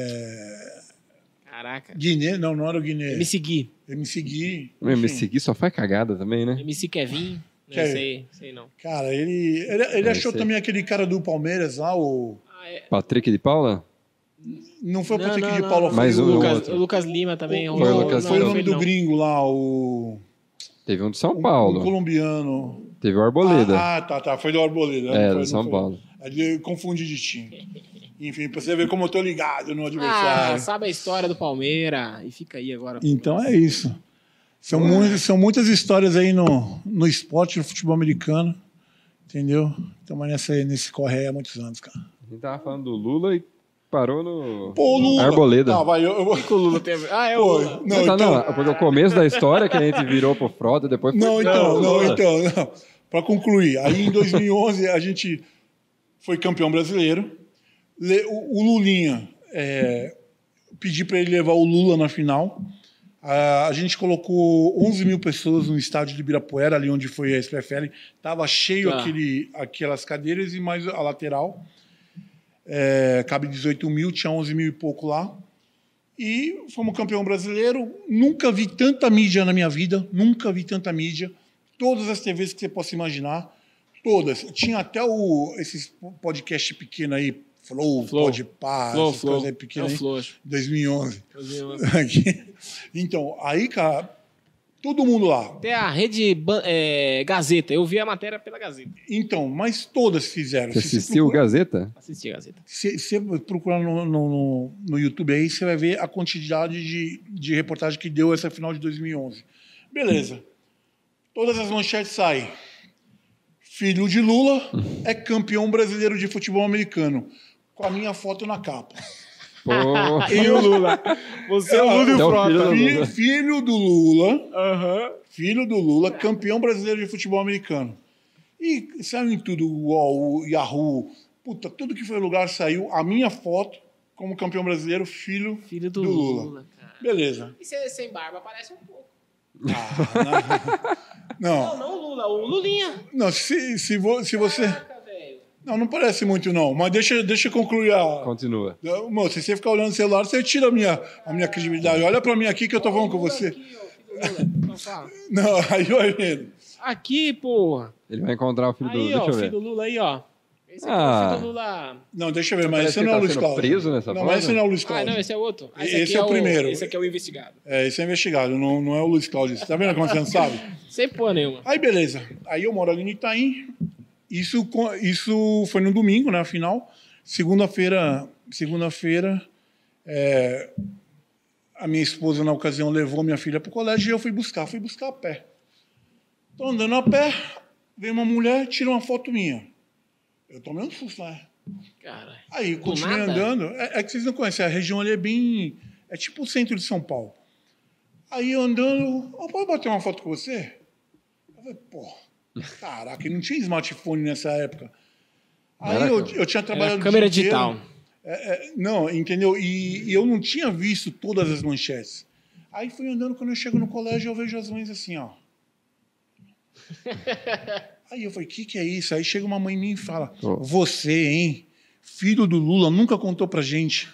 Caraca. Guiné, não, não era o Guiné. M C Gui. M C Gui. O M enfim. C Gui só faz cagada também, né? M C Kevin. Não Kevin. sei, sei não. Cara, ele, ele, ele É, achou sei. também aquele cara do Palmeiras lá, o... Ah, é. Patrick de Paula? Não foi o Não, Patrick não, de não, Paula, não. foi Mais o... um, Lucas, outro. o Lucas Lima também. o- Foi o não, Lucas foi o Lima. nome foi, do não. gringo lá, o... Teve um de São um- Paulo. Um colombiano. Teve o Arboleda. Ah, ah, tá, tá. Foi do Arboleda. É, não foi- do São não foi- Paulo. Ali eu confundi de time. Enfim, pra você ver como eu tô ligado no Ah, adversário. sabe a história do Palmeiras. E fica aí agora. Então é isso. São, muitas, são muitas histórias aí no, no esporte, no futebol americano. Entendeu? Estamos nessa, nesse corre aí há muitos anos, cara. A gente tava falando do Lula e parou no Pô, Lula. Arboleda. Tá, vai, eu, eu vou... O que o Lula teve? Ah, é o Pô, Lula. não, Tá, então... não, porque o começo da história que a gente virou pro Frota, depois foi Não, então, pro não, Lula. então, não. para concluir, aí em dois mil e onze a gente foi campeão brasileiro. O Lulinha, é, pedi para ele levar o Lula na final. A gente colocou onze mil pessoas no estádio de Ibirapuera, ali onde foi a S P F L. Estava cheio Ah. aquele, aquelas cadeiras e mais a lateral. É, cabe dezoito mil, tinha onze mil e pouco lá. E fomos campeão brasileiro. Nunca vi tanta mídia na minha vida, nunca vi tanta mídia. Todas as T Vs que você possa imaginar, todas. Tinha até o, esses podcast pequenos aí, Flow, Flow. Podpah, Flow, essas Flow. coisas aí É o pequenas aí, Flow. acho. dois mil e onze. dois mil e onze. Aqui. Então, aí, cara, todo mundo lá. Até a rede Ban- é, Gazeta. Eu vi a matéria pela Gazeta. Então, mas todas fizeram. Você Se você assistiu o procura- Gazeta? Assisti a Gazeta. Se você procurar no, no, no, no YouTube aí, você vai ver a quantidade de, de reportagem que deu essa final de dois mil e onze. Beleza. Todas as manchetes saem. Filho de Lula é campeão brasileiro de futebol americano. Com a minha foto na capa. Pô, E o Lula. Você é o Lula e o Então, Frota. filho do Fi- Lula. filho do Lula, Aham. filho do Lula, campeão brasileiro de futebol americano. E saiu em tudo, o UOL, o Yahoo, puta, tudo que foi lugar saiu a minha foto como campeão brasileiro, filho, Filho do, do Lula. Lula, cara. Beleza. E você sem barba parece um pouco. Ah, Não, não, não o Lula, o Lulinha. não, se, se, vo- se você... Caraca, velho. Não, não parece muito não, mas deixa, deixa eu concluir a... continua. Moço, se você ficar olhando o celular, você tira a minha, a minha credibilidade. Olha pra mim aqui que eu tô falando com Lula você. Aqui, ó, filho do Lula. Então fala. Não, aí vai vendo. Aqui, porra. Ele vai encontrar o filho do Aí, Lula, ó, deixa eu filho ver. do Lula aí, ó. Esse aqui é Ah. o filho do Lula. Não, deixa eu ver, mas Parece esse que não é o tá Luiz sendo Cláudio. preso nessa Não, foto? mas esse não é o Luiz Ah, Cláudio. não, esse é outro. Ah, Esse aqui é o primeiro. Esse aqui é o investigado. É, esse é investigado, não, não é o Luiz Cláudio. Você tá vendo como você não sabe? Sem porra nenhuma. Aí, beleza. Aí eu moro ali no Itaim. Isso, co- isso foi no domingo, né, afinal. Segunda-feira, segunda-feira, é, a minha esposa, na ocasião, levou minha filha para o colégio e eu fui buscar. Fui buscar a pé. Tô andando a pé, veio uma mulher, tira uma foto minha. Eu tomei um susto, né? Cara. Aí, Do continuei nada? andando. É, é que vocês não conhecem, a região ali é bem... É tipo o centro de São Paulo. Aí, eu andando... Oh, pode bater uma foto com você? Eu falei, pô, caraca, e não tinha smartphone nessa época. Aí, Era, eu, cara. eu tinha trabalhado Era o câmera dia inteiro. digital. É, é, não, entendeu? E, e eu não tinha visto todas as manchetes. Aí, fui andando, quando eu chego no colégio, eu vejo as mães assim, ó. Aí eu falei, o que, que é isso? Aí chega uma mãe minha e fala, Oh. você, hein? Filho do Lula, nunca contou pra gente.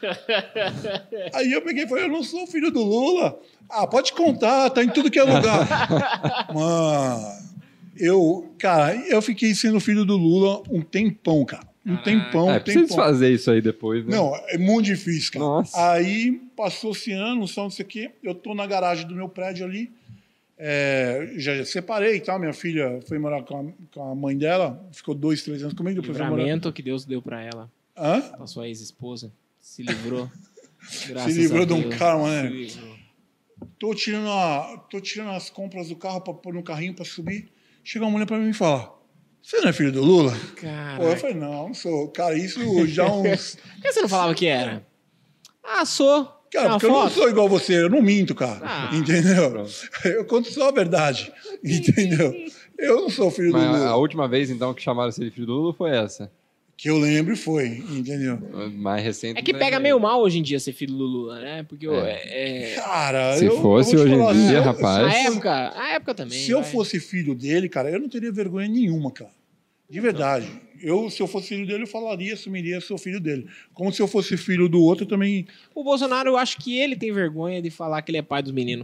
Aí eu peguei e falei, eu não sou filho do Lula. Ah, pode contar, tá em tudo que é lugar. Mano, eu, cara, eu fiquei sendo filho do Lula um tempão, cara. Um Caraca. tempão, um É, precisa tempão. desfazer isso aí depois, né? Não, é muito difícil, cara. Nossa. Aí passou-se anos, só não sei o quê. Eu tô na garagem do meu prédio ali. É, já, já separei e tal. Minha filha foi morar com a, com a mãe dela, ficou dois, três anos comigo. Depois foi morar. Livramento que Deus deu pra ela. Hã? Pra sua ex-esposa. Se livrou. Se Graças livrou a de um Deus. karma, né? Se livrou. Tô tirando, a, tô tirando as compras do carro para pôr no carrinho para subir. Chega uma mulher para mim e fala: Você não é filho do Lula? Cara. Pô, eu falei: Não, não sou. Cara, isso já uns. Por que você não falava que era? Ah, sou. Cara, Uma porque eu não foto? sou igual você, eu não minto, cara. Ah, Entendeu? Eu conto só a verdade. Entendeu? Eu não sou filho Mas do a, Lula. a última vez, então, que chamaram você de filho do Lula foi essa. Que eu lembro foi, entendeu? Mais recente. É que né? pega meio mal hoje em dia ser filho do Lula, né? Porque eu- é, é- Cara, Se eu, fosse eu vou te hoje em falar, dia, se eu- rapaz. a se eu- época, a época também. Se eu vai. fosse filho dele, cara, eu não teria vergonha nenhuma, cara. De verdade. Eu, se eu fosse filho dele, eu falaria, assumiria, sou filho dele. Como se eu fosse filho do outro, eu também. O Bolsonaro, eu acho que ele tem vergonha de falar que ele é pai dos meninos.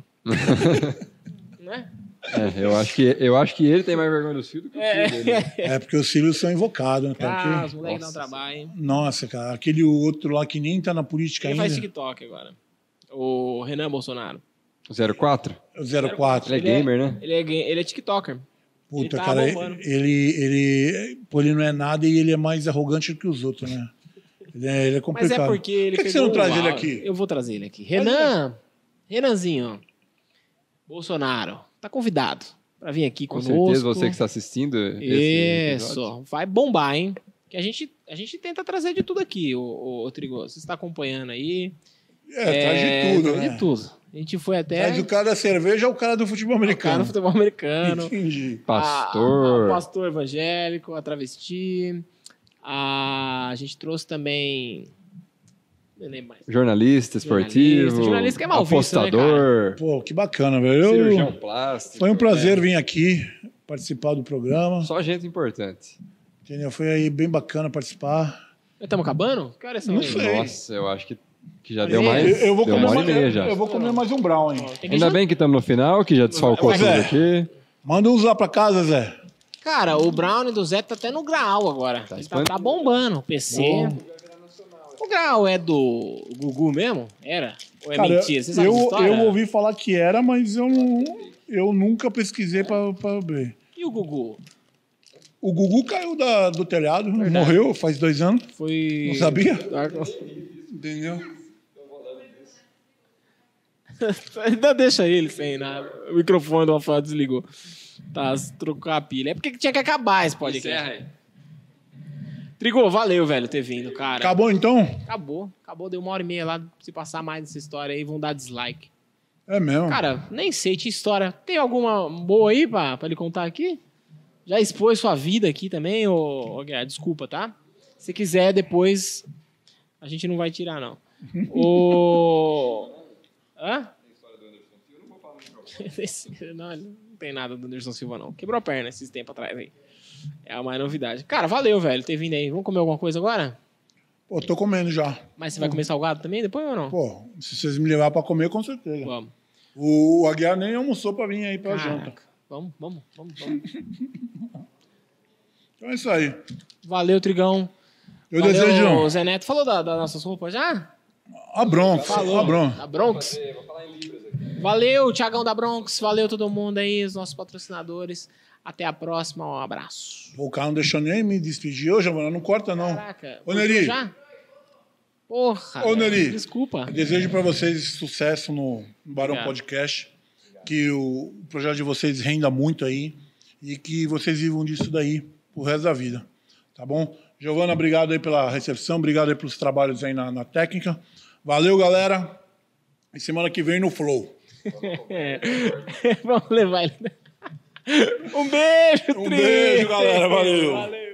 Né? É, eu acho, que, eu acho que ele tem mais vergonha dos filhos do que o É. filho dele. É porque os filhos são invocados, né, cara? Ah, Que- os moleques dão Nossa trabalho, hein? Nossa, cara, aquele outro lá que nem tá na política Ele ainda. faz TikTok agora. O Renan Bolsonaro. zero quatro? O zero quatro. Ele é gamer, né? Ele é, ga- ele é TikToker. Puta, ele tá cara, bombando. ele, ele, pô, ele não é nada e ele é mais arrogante do que os outros, né? Ele é, ele é Mas complicado. é porque ele Por que, que você pegou não traz o ele au- aqui? Eu vou trazer ele aqui. Renan, Renanzinho, Bolsonaro, tá convidado pra vir aqui Com conosco. certeza você que está assistindo esse episódio. Isso, vai bombar, hein? Que a gente, a gente tenta trazer de tudo aqui, o, o, Trigo. Você está acompanhando aí. É, traz de tudo, traz né? de tudo. A gente foi até... Traz o cara da cerveja ou o cara do futebol o cara americano? no futebol americano. Entendi. Pastor. A, a, o pastor evangélico, a travesti. A, a gente trouxe também... Não lembro mais. Jornalista esportivo. Jornalista, jornalista que é mal visto, né, apostador. Pô, que bacana, velho. Cirurgião Eu... plástico. Foi um prazer vir aqui participar do programa. Só gente importante. Entendeu? Foi aí bem bacana participar. Estamos acabando? Que horas são Não aí? sei. Nossa, eu acho que, que já Mas deu é, mais. Eu, eu vou deu comer uma hora mais, e meia já. eu vou comer mais um brown, hein? Ó, tem que Ainda já- bem que estamos no final, que já desfalcou Mas tudo é. aqui. Manda uns lá pra casa, Zé. Cara, o Brownie do Zé tá até no grau agora. Ele tá, expandindo. tá bombando. O P C. Bom. O grau é do Gugu mesmo? Era? Ou é Cara, mentira? Você sabe eu, essa história? eu ouvi falar que era, mas eu, não, eu nunca pesquisei pra, pra ver. E o Gugu? O Gugu caiu da- do telhado, Verdade. morreu faz dois anos. Foi... Não sabia? Entendeu? Entendeu? Ainda deixa ele sem nada. O microfone do Rafael desligou. Tá, trocou a pilha. É porque tinha que acabar esse podcast. Trigô, valeu, velho, ter vindo, cara. Acabou então? Acabou. Acabou, deu uma hora e meia lá. Se passar mais dessa história aí, vão dar dislike. É mesmo. Cara, nem sei, tinha história. Tem alguma boa aí pra, pra ele contar aqui? Já expôs sua vida aqui também, ô, ô Guilherme? Desculpa, tá? Se quiser, depois a gente não vai tirar, não. O... Hã? Tem história do Anderson Silva? Eu não vou falar no Não, não tem nada do Anderson Silva, não. Quebrou a perna esses tempos atrás aí. É a mais novidade. Cara, valeu, velho, ter vindo aí. Vamos comer alguma coisa agora? Pô, tô comendo já. Mas você vai comer salgado também depois ou não? Pô, se vocês me levar pra comer, com certeza. Vamos. O Aguiar nem almoçou pra vir aí pra Caraca. janta. Vamos, vamos, vamos, vamos. Então é isso aí. Valeu, Trigão. Eu Valeu, desejo Zé Neto. Falou da, das nossas roupas já? a Bronx. Falou. A Bronx. Da Bronx. Valeu, Thiagão da Bronx. Valeu todo mundo aí, os nossos patrocinadores. Até a próxima. Um abraço. O cara não deixou nem me despedir. Ô, Giovana, não corta não. Caraca. Ô, voltou Neri. já? Porra. Ô, velho, Neri. Desculpa. Eu desejo pra vocês sucesso no Barão Obrigado. Podcast. Que o projeto de vocês renda muito aí. E que vocês vivam disso daí pro resto da vida. Tá bom? Giovana, obrigado aí pela recepção. Obrigado aí pelos trabalhos aí na, na técnica. Valeu, galera. E semana que vem no Flow. É. Vamos levar ele. Um beijo, Um Tri. beijo, galera. Valeu. Valeu.